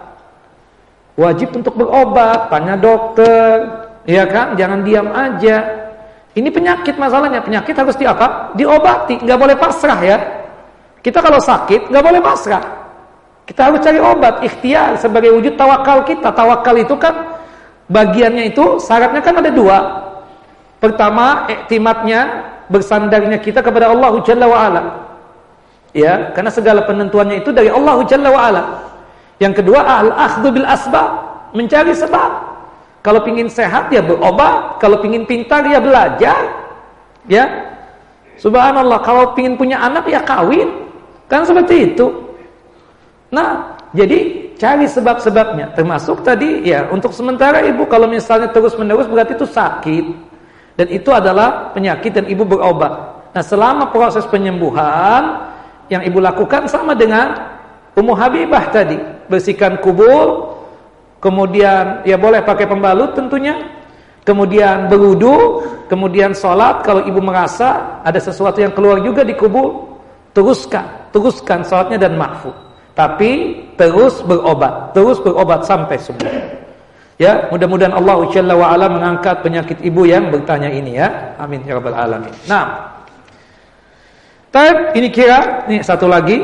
[SPEAKER 1] Wajib untuk berobat, tanya dokter, ya kan? Jangan diam aja. Ini penyakit masalahnya. Penyakit harus di apa? Diobati, nggak boleh pasrah ya. Kita kalau sakit nggak boleh pasrah. Kita harus cari obat, ikhtiar sebagai wujud tawakal kita. Tawakal itu kan bagiannya itu syaratnya kan ada dua. Pertama, iktimatnya, bersandarnya kita kepada Allah Jalla wa Ala. Ya, karena segala penentuannya itu dari Allah Jalla wa Ala. Yang kedua, al-akhdhu bil asbab, mencari sebab. Kalau pingin sehat ya berobat, kalau pingin pintar ya belajar. Ya. Subhanallah, kalau pingin punya anak ya kawin. Kan seperti itu. Nah, jadi cari sebab-sebabnya. Termasuk tadi ya, untuk sementara ibu kalau misalnya terus-menerus berarti itu sakit. Dan itu adalah penyakit dan ibu berobat. Nah, selama proses penyembuhan yang ibu lakukan sama dengan Ummu Habibah tadi, bersihkan kubur, kemudian ya boleh pakai pembalut tentunya, kemudian berwudu, kemudian sholat. Kalau ibu merasa ada sesuatu yang keluar juga di kubur, teruskan, teruskan sholatnya dan ma'fu. Tapi terus berobat, terus berobat sampai sembuh. Ya, mudah-mudahan Allah Jalla wa Ala mengangkat penyakit ibu yang bertanya ini ya. Amin ya rabbal alamin. Nah, Taib, ini kira, ini satu lagi.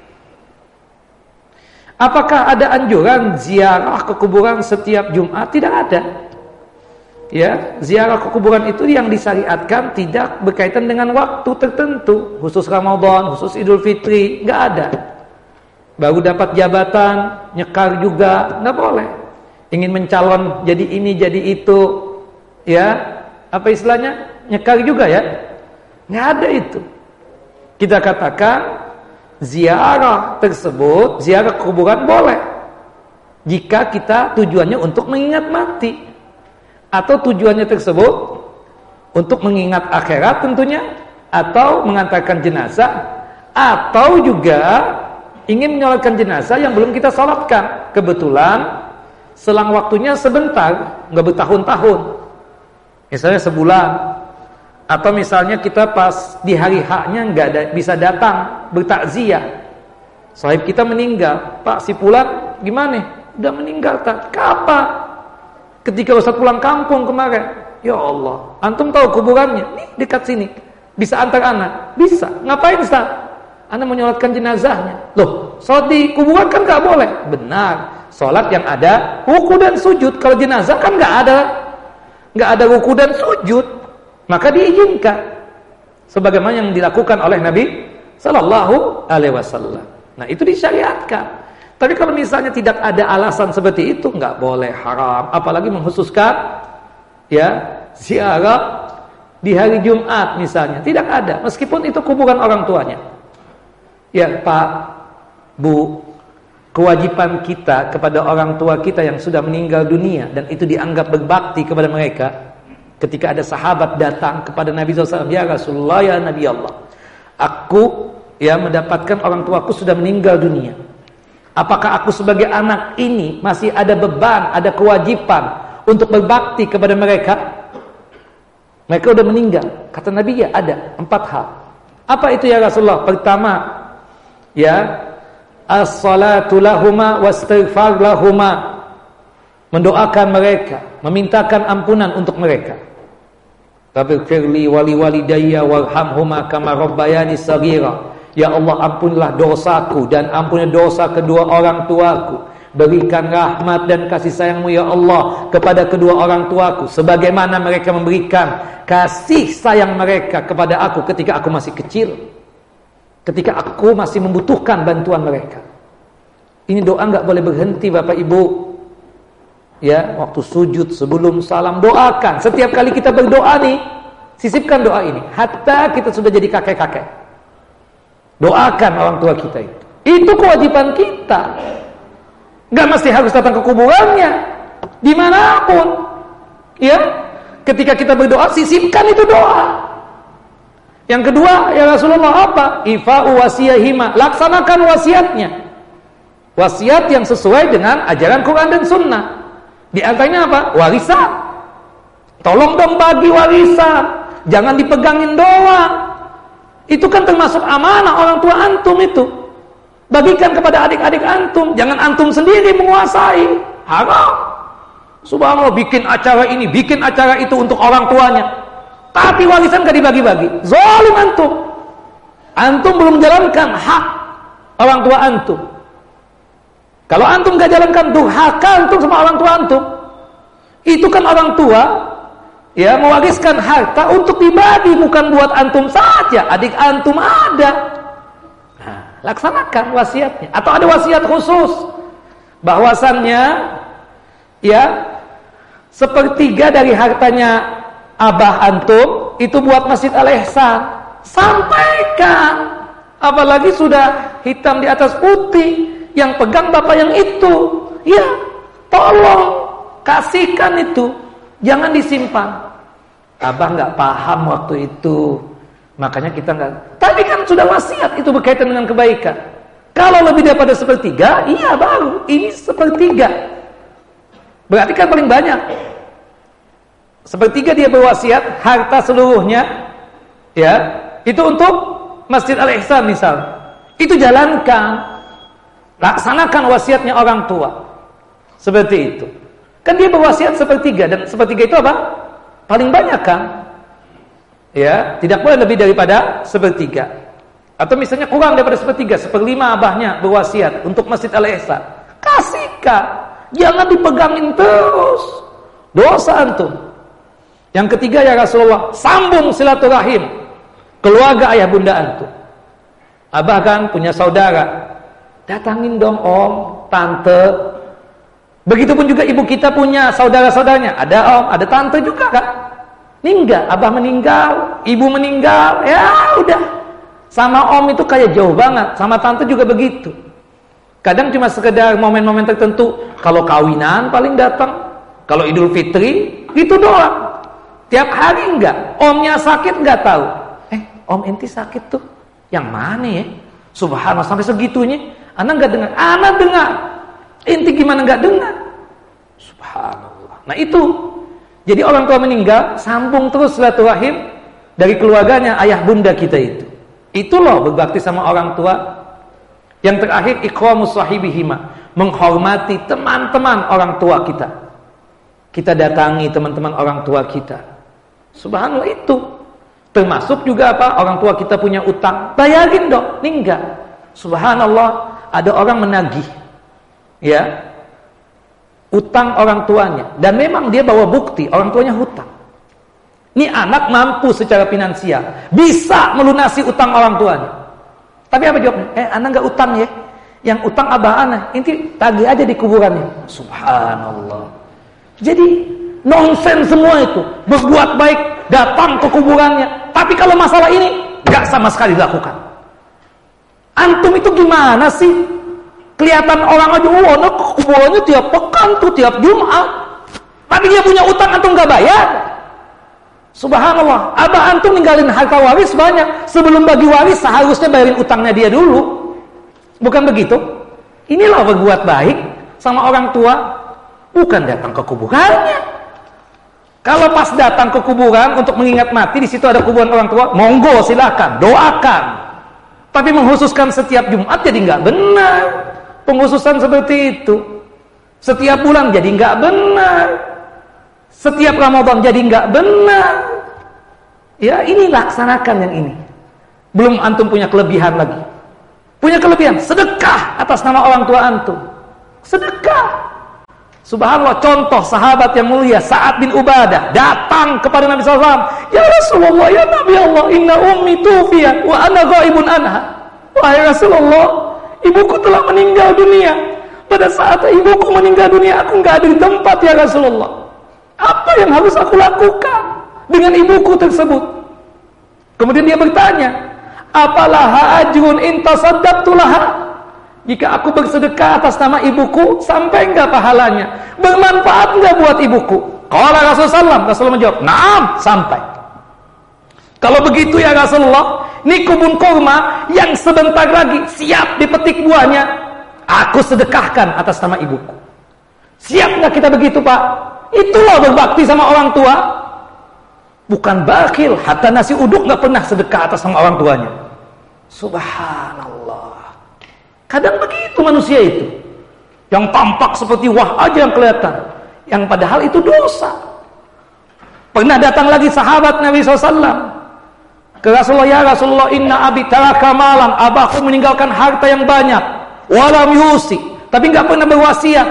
[SPEAKER 1] Apakah ada anjuran ziarah ke kuburan setiap Jumat? Tidak ada. Ya, ziarah ke kuburan itu yang disyariatkan tidak berkaitan dengan waktu tertentu, khusus Ramadan, khusus Idul Fitri, enggak ada. Baru dapat jabatan, nyekar juga, enggak boleh. Ingin mencalon jadi ini, jadi itu, ya, apa istilahnya? Nyekar juga ya? Enggak ada itu. Kita katakan ziarah tersebut, ziarah kuburan boleh jika kita tujuannya untuk mengingat mati, atau tujuannya tersebut untuk mengingat akhirat tentunya, atau mengantarkan jenazah, atau juga ingin menyolatkan jenazah yang belum kita sholatkan. Kebetulan selang waktunya sebentar, nggak bertahun-tahun, misalnya sebulan. Atau misalnya kita pas di hari haknya nggak ada, bisa datang bertakziah. Sahib kita meninggal, Pak si Fulan gimana? Udah meninggal tak? Kapan? Ketika Ustaz pulang kampung kemarin. Ya Allah, antum tahu kuburannya? Nih dekat sini. Bisa antar anak? Bisa. Ngapain Ustaz? Anda menyolatkan jenazahnya. Loh, sholat di kuburan kan nggak boleh. Benar. Sholat yang ada ruku dan sujud. Kalau jenazah kan nggak ada, nggak ada ruku dan sujud. Maka diizinkan sebagaimana yang dilakukan oleh Nabi sallallahu alaihi wasallam. Nah, itu disyariatkan. Tapi kalau misalnya tidak ada alasan seperti itu, enggak boleh, haram. Apalagi mengkhususkan ya ziarah di hari Jumat misalnya, tidak ada. Meskipun itu kuburan orang tuanya. Ya, Pak, Bu, kewajiban kita kepada orang tua kita yang sudah meninggal dunia dan itu dianggap berbakti kepada mereka. Ketika ada sahabat datang kepada Nabi shallallahu alaihi wasallam, ya Rasulullah, ya Nabi Allah, aku ya mendapatkan orang tuaku sudah meninggal dunia. Apakah aku sebagai anak ini masih ada beban, ada kewajiban untuk berbakti kepada mereka? Mereka sudah meninggal. Kata Nabi, ya ada empat hal. Apa itu ya Rasulullah? Pertama, ya as-salatu lahuma wastighfar lahuma, mendoakan mereka, memintakan ampunan untuk mereka. Taghfirli wali walidayya warhamhuma kama rabbayani shaghira. Ya Allah, ampunilah dosaku dan ampuni dosa kedua orang tuaku. Berikan rahmat dan kasih sayang-Mu ya Allah kepada kedua orang tuaku sebagaimana mereka memberikan kasih sayang mereka kepada aku ketika aku masih kecil, ketika aku masih membutuhkan bantuan mereka. Ini doa enggak boleh berhenti Bapak Ibu. Ya, waktu sujud, sebelum salam, doakan. Setiap kali kita berdoa nih, sisipkan doa ini hatta kita sudah jadi kakek-kakek. Doakan orang tua kita itu. Itu kewajiban kita. Gak mesti harus datang ke kuburannya, dimanapun. Ya, ketika kita berdoa, sisipkan itu doa. Yang kedua, ya Rasulullah apa? Ifa'u wasiyahima, laksanakan wasiatnya. Wasiat yang sesuai dengan ajaran Quran dan Sunnah. Di antaranya apa? Warisan. Tolong dong bagi warisan, jangan dipegangin doang. Itu kan termasuk amanah orang tua antum itu. Bagikan kepada adik-adik antum, jangan antum sendiri menguasai. Haram. Subhanallah, bikin acara ini, bikin acara itu untuk orang tuanya, tapi warisan gak dibagi-bagi. Zalim antum. Antum belum menjalankan hak orang tua antum. Kalau antum gak jalankan durhaka antum sama orang tua antum. Itu kan orang tua ya mewariskan harta untuk dibagi, bukan buat antum saja. Adik antum ada. Nah, laksanakan wasiatnya. Atau ada wasiat khusus bahwasannya ya sepertiga dari hartanya abah antum itu buat Masjid Al-Ihsan. Sampaikan. Apalagi sudah hitam di atas putih, yang pegang bapak yang itu. Ya, tolong kasihkan itu. Jangan disimpan. Abah nggak paham waktu itu, makanya kita nggak. Tapi kan sudah wasiat, itu berkaitan dengan kebaikan. Kalau lebih daripada sepertiga, iya baru. Ini sepertiga. Berarti kan paling banyak. Sepertiga dia berwasiat, harta seluruhnya, ya, itu untuk Masjid Al-Ihsan misal. Itu jalankan, laksanakan wasiatnya orang tua. Seperti itu. Kan dia berwasiat sepertiga, dan sepertiga itu apa? Paling banyak kan? Ya, tidak boleh lebih daripada sepertiga. Atau misalnya kurang daripada sepertiga, seperlima abahnya berwasiat untuk Masjid Al-Ihsan. Kasihkan, jangan dipegangin terus. Dosa antum. Yang ketiga ya Rasulullah, sambung silaturahim keluarga ayah bunda antum. Abah kan punya saudara, datangin dong om, tante. Begitupun juga ibu kita punya saudara-saudaranya, ada om, ada tante juga kan. Meninggal, abah meninggal, ibu meninggal, ya udah. Sama om itu kayak jauh banget, sama tante juga begitu. Kadang cuma sekedar momen-momen tertentu, kalau kawinan paling datang, kalau Idul Fitri gitu doang. Tiap hari enggak, omnya sakit enggak tahu. Eh, om enti sakit tuh, yang mana ya? Subhanallah, sampai segitunya. Anak enggak dengar, anak dengar. Enti gimana enggak dengar? Subhanallah. Nah itu, jadi orang tua meninggal, sambung terus silaturahim dari keluarganya ayah bunda kita itu. Itu loh berbakti sama orang tua. Yang terakhir, ikramus sahibihima, menghormati teman-teman orang tua kita. Kita datangi teman-teman orang tua kita. Subhanallah, itu termasuk juga apa? Orang tua kita punya utang, bayarin dong. Enggak. Subhanallah, ada orang menagih ya utang orang tuanya, dan memang dia bawa bukti orang tuanya hutang. Ini anak mampu secara finansial, bisa melunasi utang orang tuanya. Tapi apa jawabnya? Eh, anak enggak utang ya. Yang utang abah anak, inti tagih aja di kuburannya. Subhanallah. Jadi nonsen semua itu. Berbuat baik, datang ke kuburannya. Tapi kalau masalah ini enggak sama sekali dilakukan. Antum itu gimana sih? Kelihatan orang aja, oh, anak ke kuburannya tiap pekan tuh, tiap Jumat. Tapi dia punya utang, antum enggak bayar. Subhanallah, abah antum ninggalin harta waris banyak. Sebelum bagi waris seharusnya bayarin utangnya dia dulu. Bukan begitu? Inilah berbuat baik sama orang tua, bukan datang ke kuburannya. Kalau pas datang ke kuburan untuk mengingat mati, di situ ada kuburan orang tua, monggo silakan, doakan. Tapi menghususkan setiap Jumat jadi nggak benar. Penghususan seperti itu setiap bulan jadi nggak benar. Setiap Ramadan jadi nggak benar. Ya, ini laksanakan yang ini. Belum antum punya kelebihan lagi. Punya kelebihan, sedekah atas nama orang tua antum. Sedekah. Subhanallah, contoh sahabat yang mulia Sa'ad bin Ubadah datang kepada Nabi sallallahu alaihi wasallam. Ya Rasulullah, ya Nabi Allah, inna ummi tufiyat wa ana ghaibun anha. Wahai Rasulullah, ibuku telah meninggal dunia. Pada saat ibuku meninggal dunia, aku nggak ada di tempat ya Rasulullah. Apa yang harus aku lakukan dengan ibuku tersebut? Kemudian dia bertanya, Apalaha ajrun in tasaddaqtu laha? Jika aku bersedekah atas nama ibuku, sampai enggak pahalanya? Bermanfaat enggak buat ibuku? Qala Rasulullah sallallahu alaihi wasallam, Rasulullah menjawab, "Na'am, sampai." Kalau begitu ya Rasulullah, ini kebun kurma yang sebentar lagi siap dipetik buahnya, aku sedekahkan atas nama ibuku. Siap enggak kita begitu, Pak? Itulah berbakti sama orang tua. Bukan bakhil, hatta nasi uduk enggak pernah sedekah atas nama orang tuanya. Subhanallah. Kadang begitu manusia itu. Yang tampak seperti wah aja yang kelihatan, yang padahal itu dosa. Pernah datang lagi sahabat Nabi shallallahu alaihi wasallam ke Rasulullah, ya Rasulullah, inna abi taraka malan, abahku meninggalkan harta yang banyak, walam yusi, tapi enggak pernah berwasiat.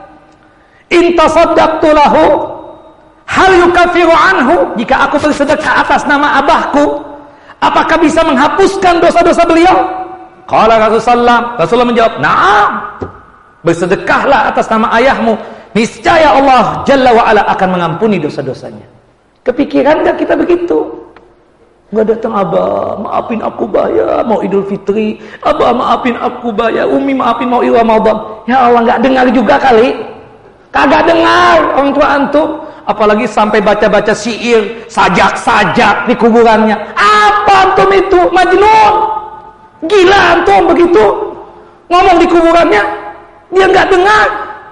[SPEAKER 1] In tasaddaqtu lahu hal yukaffiru anhu, jika aku bersedekah atas nama abahku, apakah bisa menghapuskan dosa-dosa beliau? Qala Rasulullah, Rasulullah menjawab, na'am. Bersedekahlah atas nama ayahmu, niscaya Allah Jalla wa Ala akan mengampuni dosa-dosanya. Kepikiran enggak kita begitu? Enggak datang, abah maafin aku bayar mau Idul Fitri, abah maafin aku bayar, umi maafin mau Ramadan. Ya Allah, enggak dengar juga kali. Kagak dengar orang tua antum, apalagi sampai baca-baca syair, sajak-sajak di kuburannya. Apa antum itu? Majnun. Gila antum begitu. Ngomong di kuburannya, dia enggak dengar.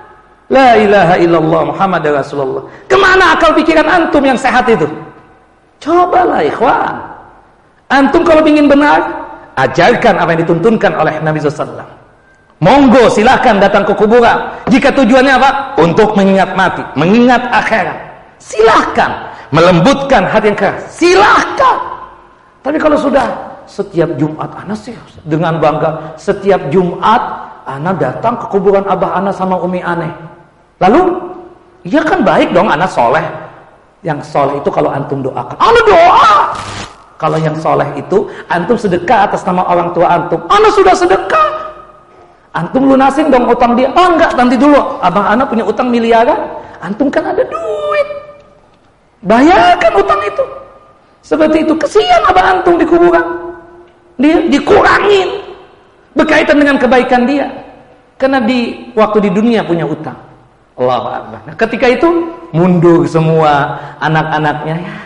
[SPEAKER 1] La ilaha illallah Muhammad Rasulullah. Kemana akal pikiran antum yang sehat itu? Cobalah ikhwan. Antum kalau ingin benar, ajarkan apa yang dituntunkan oleh Nabi shallallahu alaihi wasallam. Monggo silahkan datang ke kuburan. Jika tujuannya apa? Untuk mengingat mati, mengingat akhirat. Silahkan melembutkan hati yang keras. Silahkan. Tapi kalau sudah setiap Jumat anak sih dengan bangga, setiap Jumat anak datang ke kuburan abah anak sama umi aneh. Lalu, iya kan baik dong anak soleh. Yang soleh itu kalau antum doakan, anak doa. Kalau yang soleh itu antum sedekah atas nama orang tua antum, anak sudah sedekah. Antum lunasin dong utang dia. Oh enggak, nanti dulu. Abang anak punya utang miliaran. Antum kan ada duit. Bayarkan utang itu. Seperti itu. Kesian abang antum di kuburan. Dia dikurangin. Berkaitan dengan kebaikan dia. Karena di waktu di dunia punya utang. Allahu Akbar. Nah, ketika itu mundur semua anak-anaknya. Ya,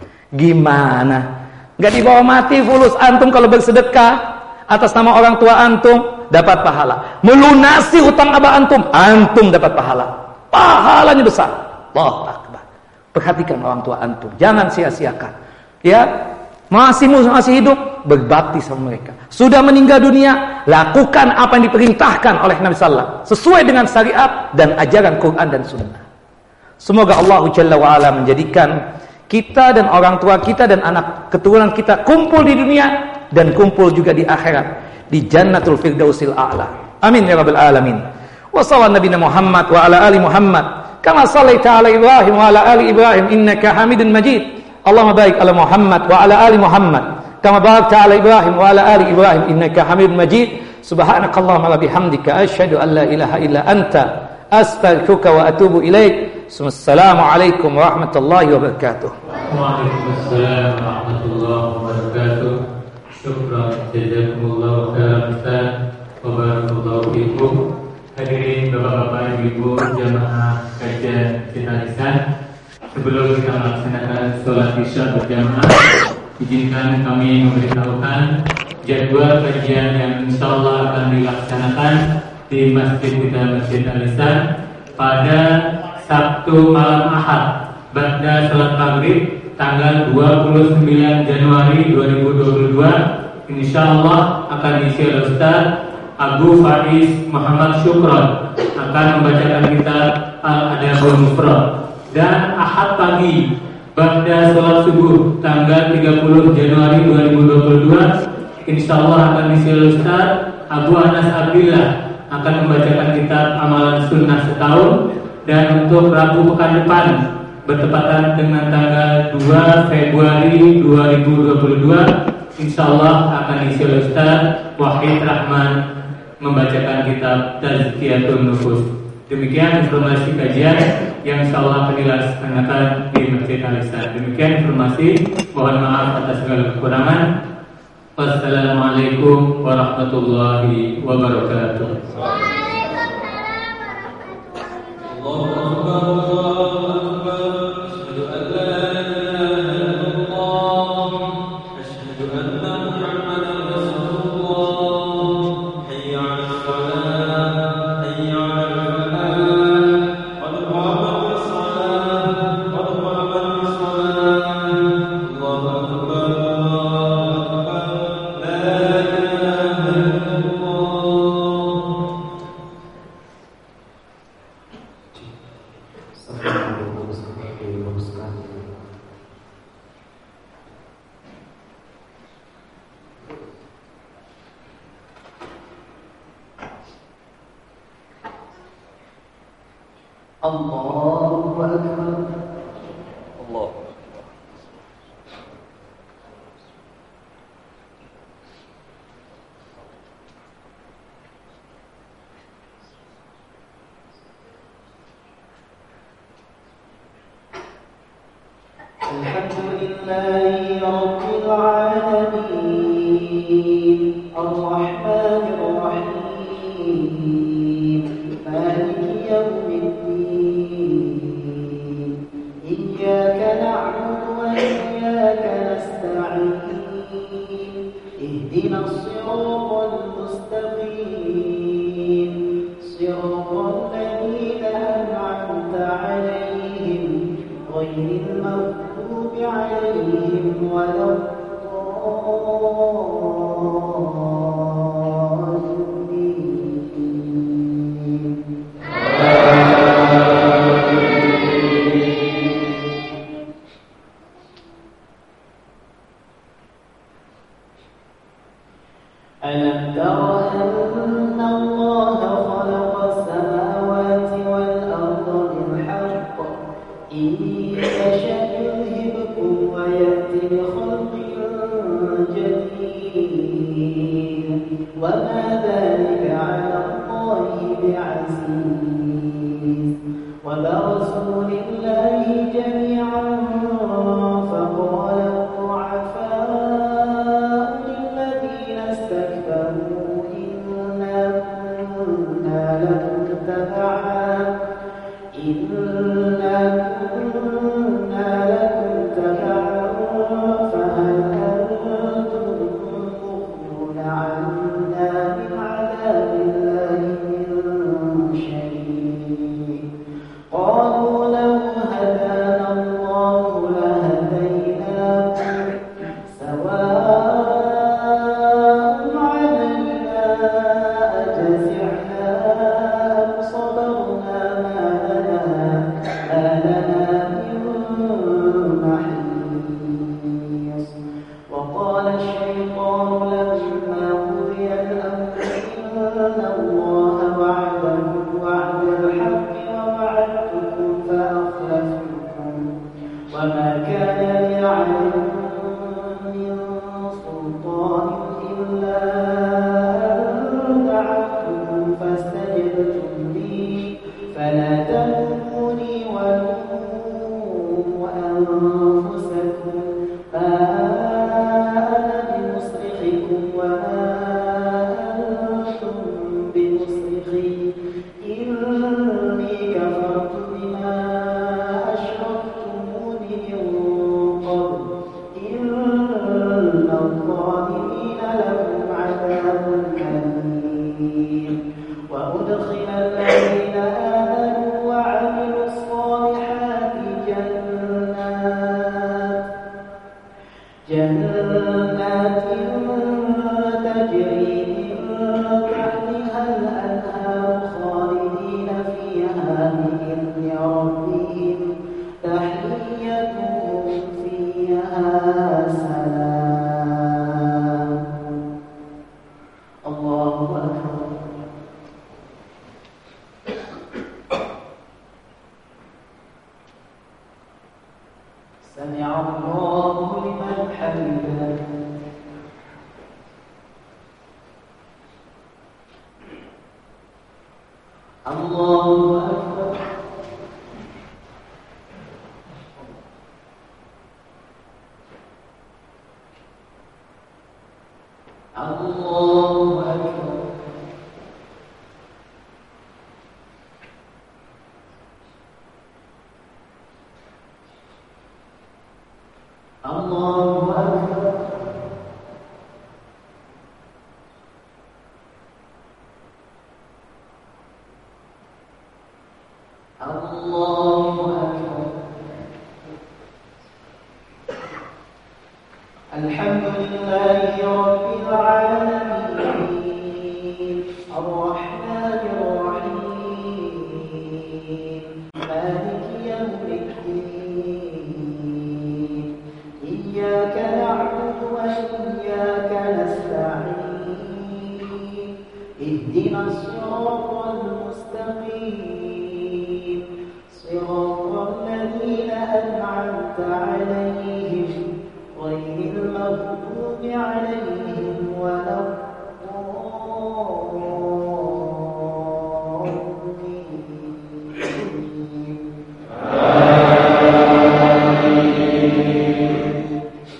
[SPEAKER 1] gimana? Enggak dibawa mati fulus. Antum kalau bersedekah atas nama orang tua antum dapat pahala. Melunasi utang abah antum, antum dapat pahala. Pahalanya besar. Allahu Akbar. Perhatikan orang tua antum, jangan sia-siakan. Ya, masih masih hidup, berbakti sama mereka. Sudah meninggal dunia, lakukan apa yang diperintahkan oleh Nabi sallallahu alaihi wasallam sesuai dengan syariat dan ajaran Quran dan Sunnah. Semoga Allah Jalla wa Ala menjadikan kita dan orang tua kita dan anak keturunan kita kumpul di dunia dan kumpul juga di akhirat di Jannatul Firdausil A'la. Amin ya rabbal alamin. Wa sallallahu nabiyana Muhammad wa ala ali Muhammad kama sallaita ala Ibrahim wa ala ali Ibrahim innaka Hamidun Majid. Allahumma barik ala Muhammad wa ala ali Muhammad kama barakta ala Ibrahim wa ala ali Ibrahim innaka Hamidun Majid. Subhanakallahumma wa bihamdika asyhadu an la ilaha illa anta astaghfiruka wa atubu ilaik. Assalamualaikum warahmatullahi wabarakatuh.
[SPEAKER 2] Waalaikumsalam warahmatullahi wabarakatuh. Syukran jazakumullahu khairan Ustaz wa barakallahu fikum. Hadirin bapak-bapak, ibu-ibu jamaah kajian Sinalisan, sebelum kita melaksanakan sholat isya berjamaah, izinkan kami memberitahukan jadwal kajian yang insyaallah akan dilaksanakan di masjid kita Masjid Al-Ihsan pada Sabtu malam Ahad ba'da salat maghrib tanggal dua puluh sembilan Januari dua ribu dua puluh dua. Insyaallah akan diisi oleh Ustaz Abu Faiz Muhammad Syukron akan membacakan kitab Al-Adabul Mufrad. Dan Ahad pagi ba'da salat subuh tanggal tiga puluh Januari dua ribu dua puluh dua insyaallah akan diisi oleh Ustaz Abu Anas Abdillah akan membacakan kitab Amalan Sunnah Setahun. Dan untuk Rabu pekan depan bertepatan dengan tanggal dua Februari dua ribu dua puluh dua insyaallah akan diisi oleh Ustaz Wahid Rahman membacakan kitab Tazkiyatun Nufus. Demikian informasi kajian yang insyaallah akan dilaksanakan di Masjid Al-Ihsan. Demikian informasi, mohon maaf atas segala kekurangan. Wassalamualaikum warahmatullahi wabarakatuh.
[SPEAKER 3] Allahu Akbar. Allah. Alhamdulillahi Rabbil Alamin Ar-Rahmanir Rahim Maliki Yawmiddin Iyyaka na'budu wa iyyaka nasta'in Ihdinas siratal mustaqim Siratal ladzina an'amta 'alaihim ghairil maghdubi 'alaihim ألم تر أن الله خلق السماوات والأرض بالحق إن يشأ يذهبكم ويأتي بخلق جديد وما ذلك على الله بعزيز وبرزوا لله جميعا فقال الضعفاء للذين استكبروا إنا كنا لكم تبعا إنا كنا لكم تبعا فهل أنتم مغنون عنا من عذاب الله من شيء قالوا لو هدانا الله لهديناكم سواء علينا أجزعنا أم صبرنا ما لنا ما لنا من محيص وقال الشيطان لما قضي الأمر إن الله وعدكم وعد الحق ووعدتكم فأخلفتكم وما كان لي عليكم من سلطان إلا أن دعوتكم فاستجبتم لي فلا تلوموني ولوموا أنفسكم ما أنا بمصرخكم وما أنتم بمصرخي إني كفرت بما أشركتمون من قبل إن الظالمين لهم عذاب أليم وأدخل الذين آمنوا وعملوا الصالحات جنات جنات تجري من تحتها الأنهار خالدين فيها بإذن ربهم تحيتهم فيها سلام الله أكبر سمع الله لمن حمده الله أكبر الله أكبر الله أكبر الحمد لله رب العالمين الرحمن الرحيم مالك يوم الدين إياك نعبد وإياك نستعين اهدنا الصراط المستقيم صراط الذين أنعمت عليهم غير المغضوب عليهم ولا الضالين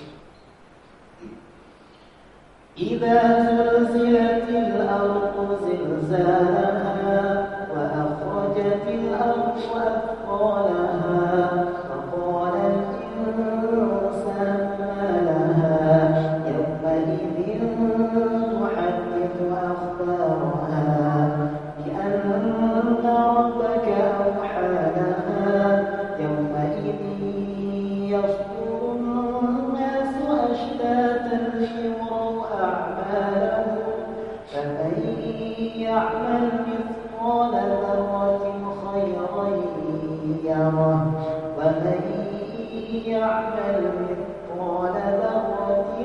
[SPEAKER 3] إذا زلزلت الأرض زلزالها وأخرجت الأرض أثقالها وقال الإنسان ما لها يومئذ تحدث أخبارها بأن ربك أوحى لها يومئذ يصدر الناس أشتاتا ليروا أعمالهم فمن يعمل مثقال ذرة خيرا يره ومن يعمل مثقال ذرة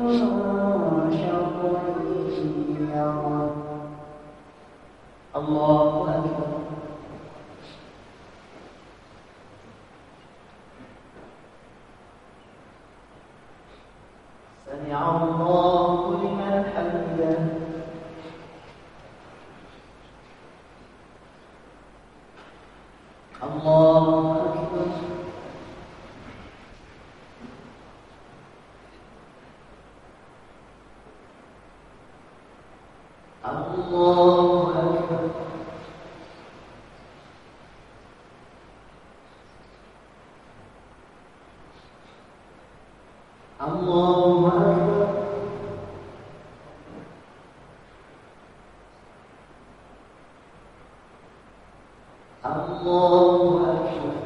[SPEAKER 3] شرا يره الله أكبر سمع الله لمن حمده الله أكبر الله أكبر الله أكبر الله أكبر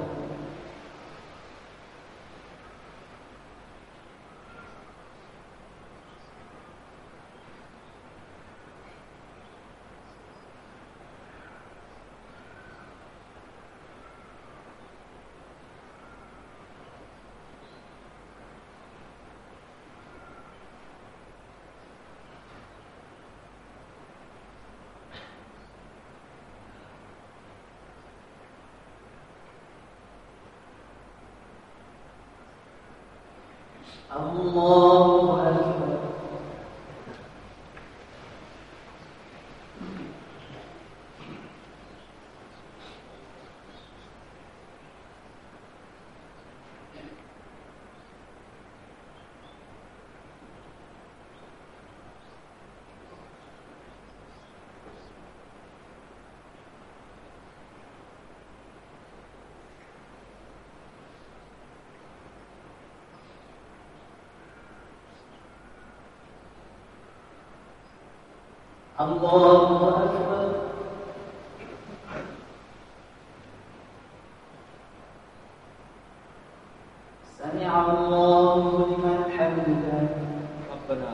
[SPEAKER 3] الله أكبر الله أكبر سمع الله لمن حمده
[SPEAKER 1] ربنا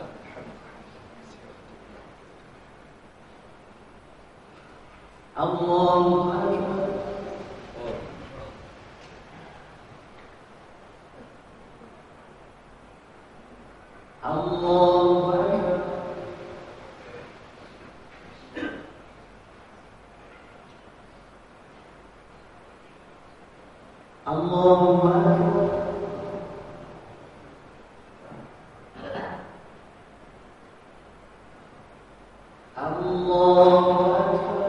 [SPEAKER 3] الله أكبر الله أكبر الله أكبر الله أكبر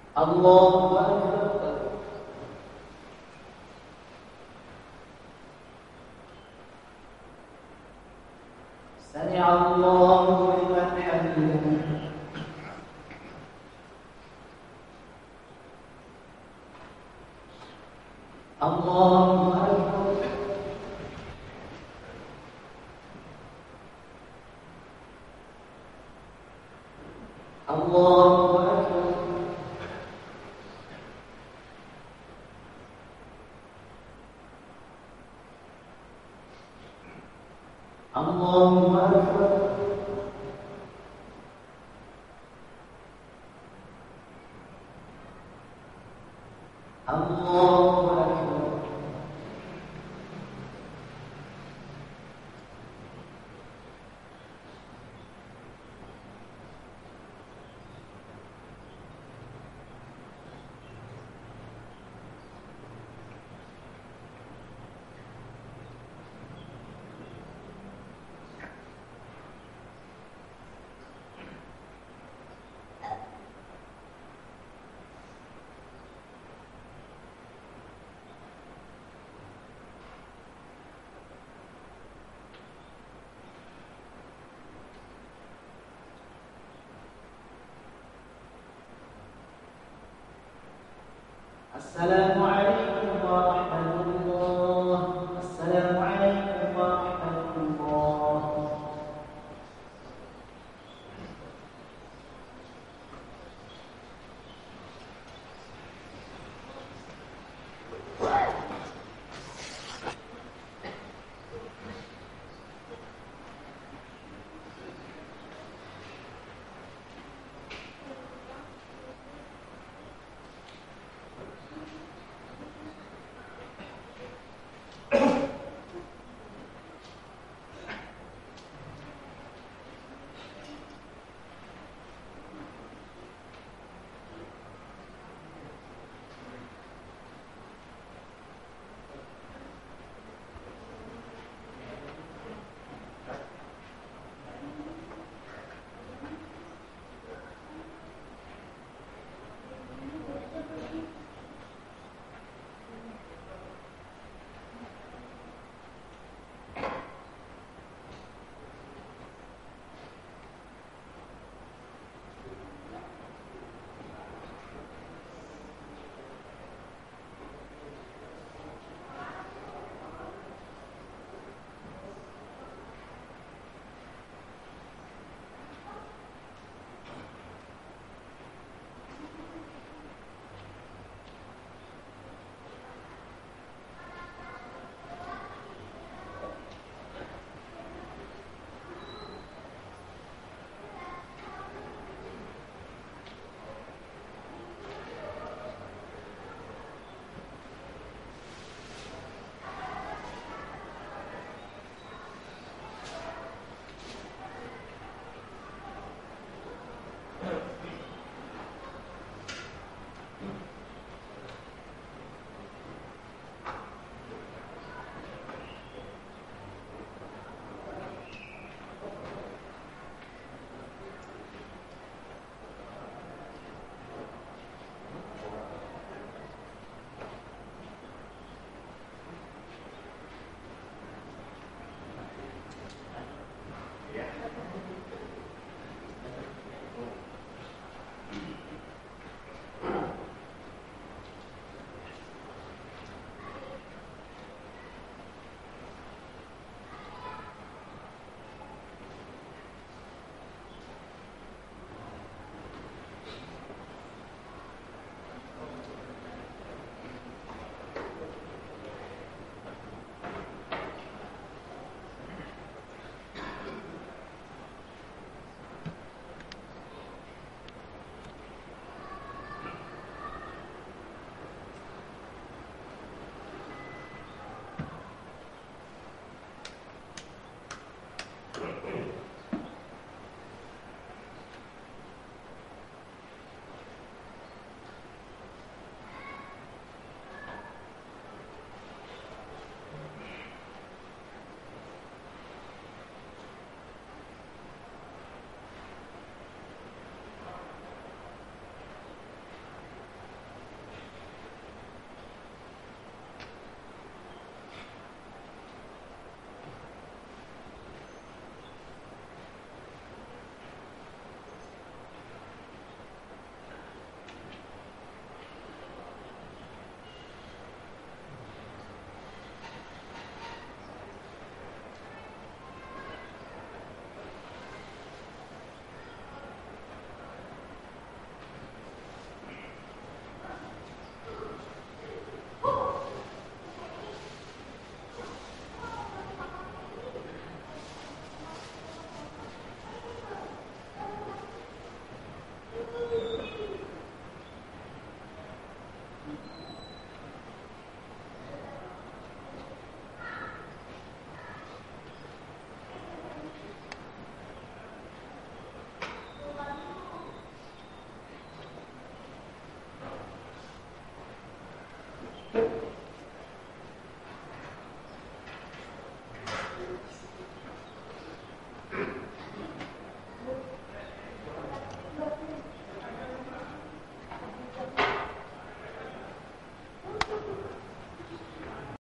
[SPEAKER 3] Allahu Akbar. Sami Allahu liman hamidah. Allahu Akbar. Allahu Akbar. Allahu Akbar. Allahu Akbar. Assalamualaikum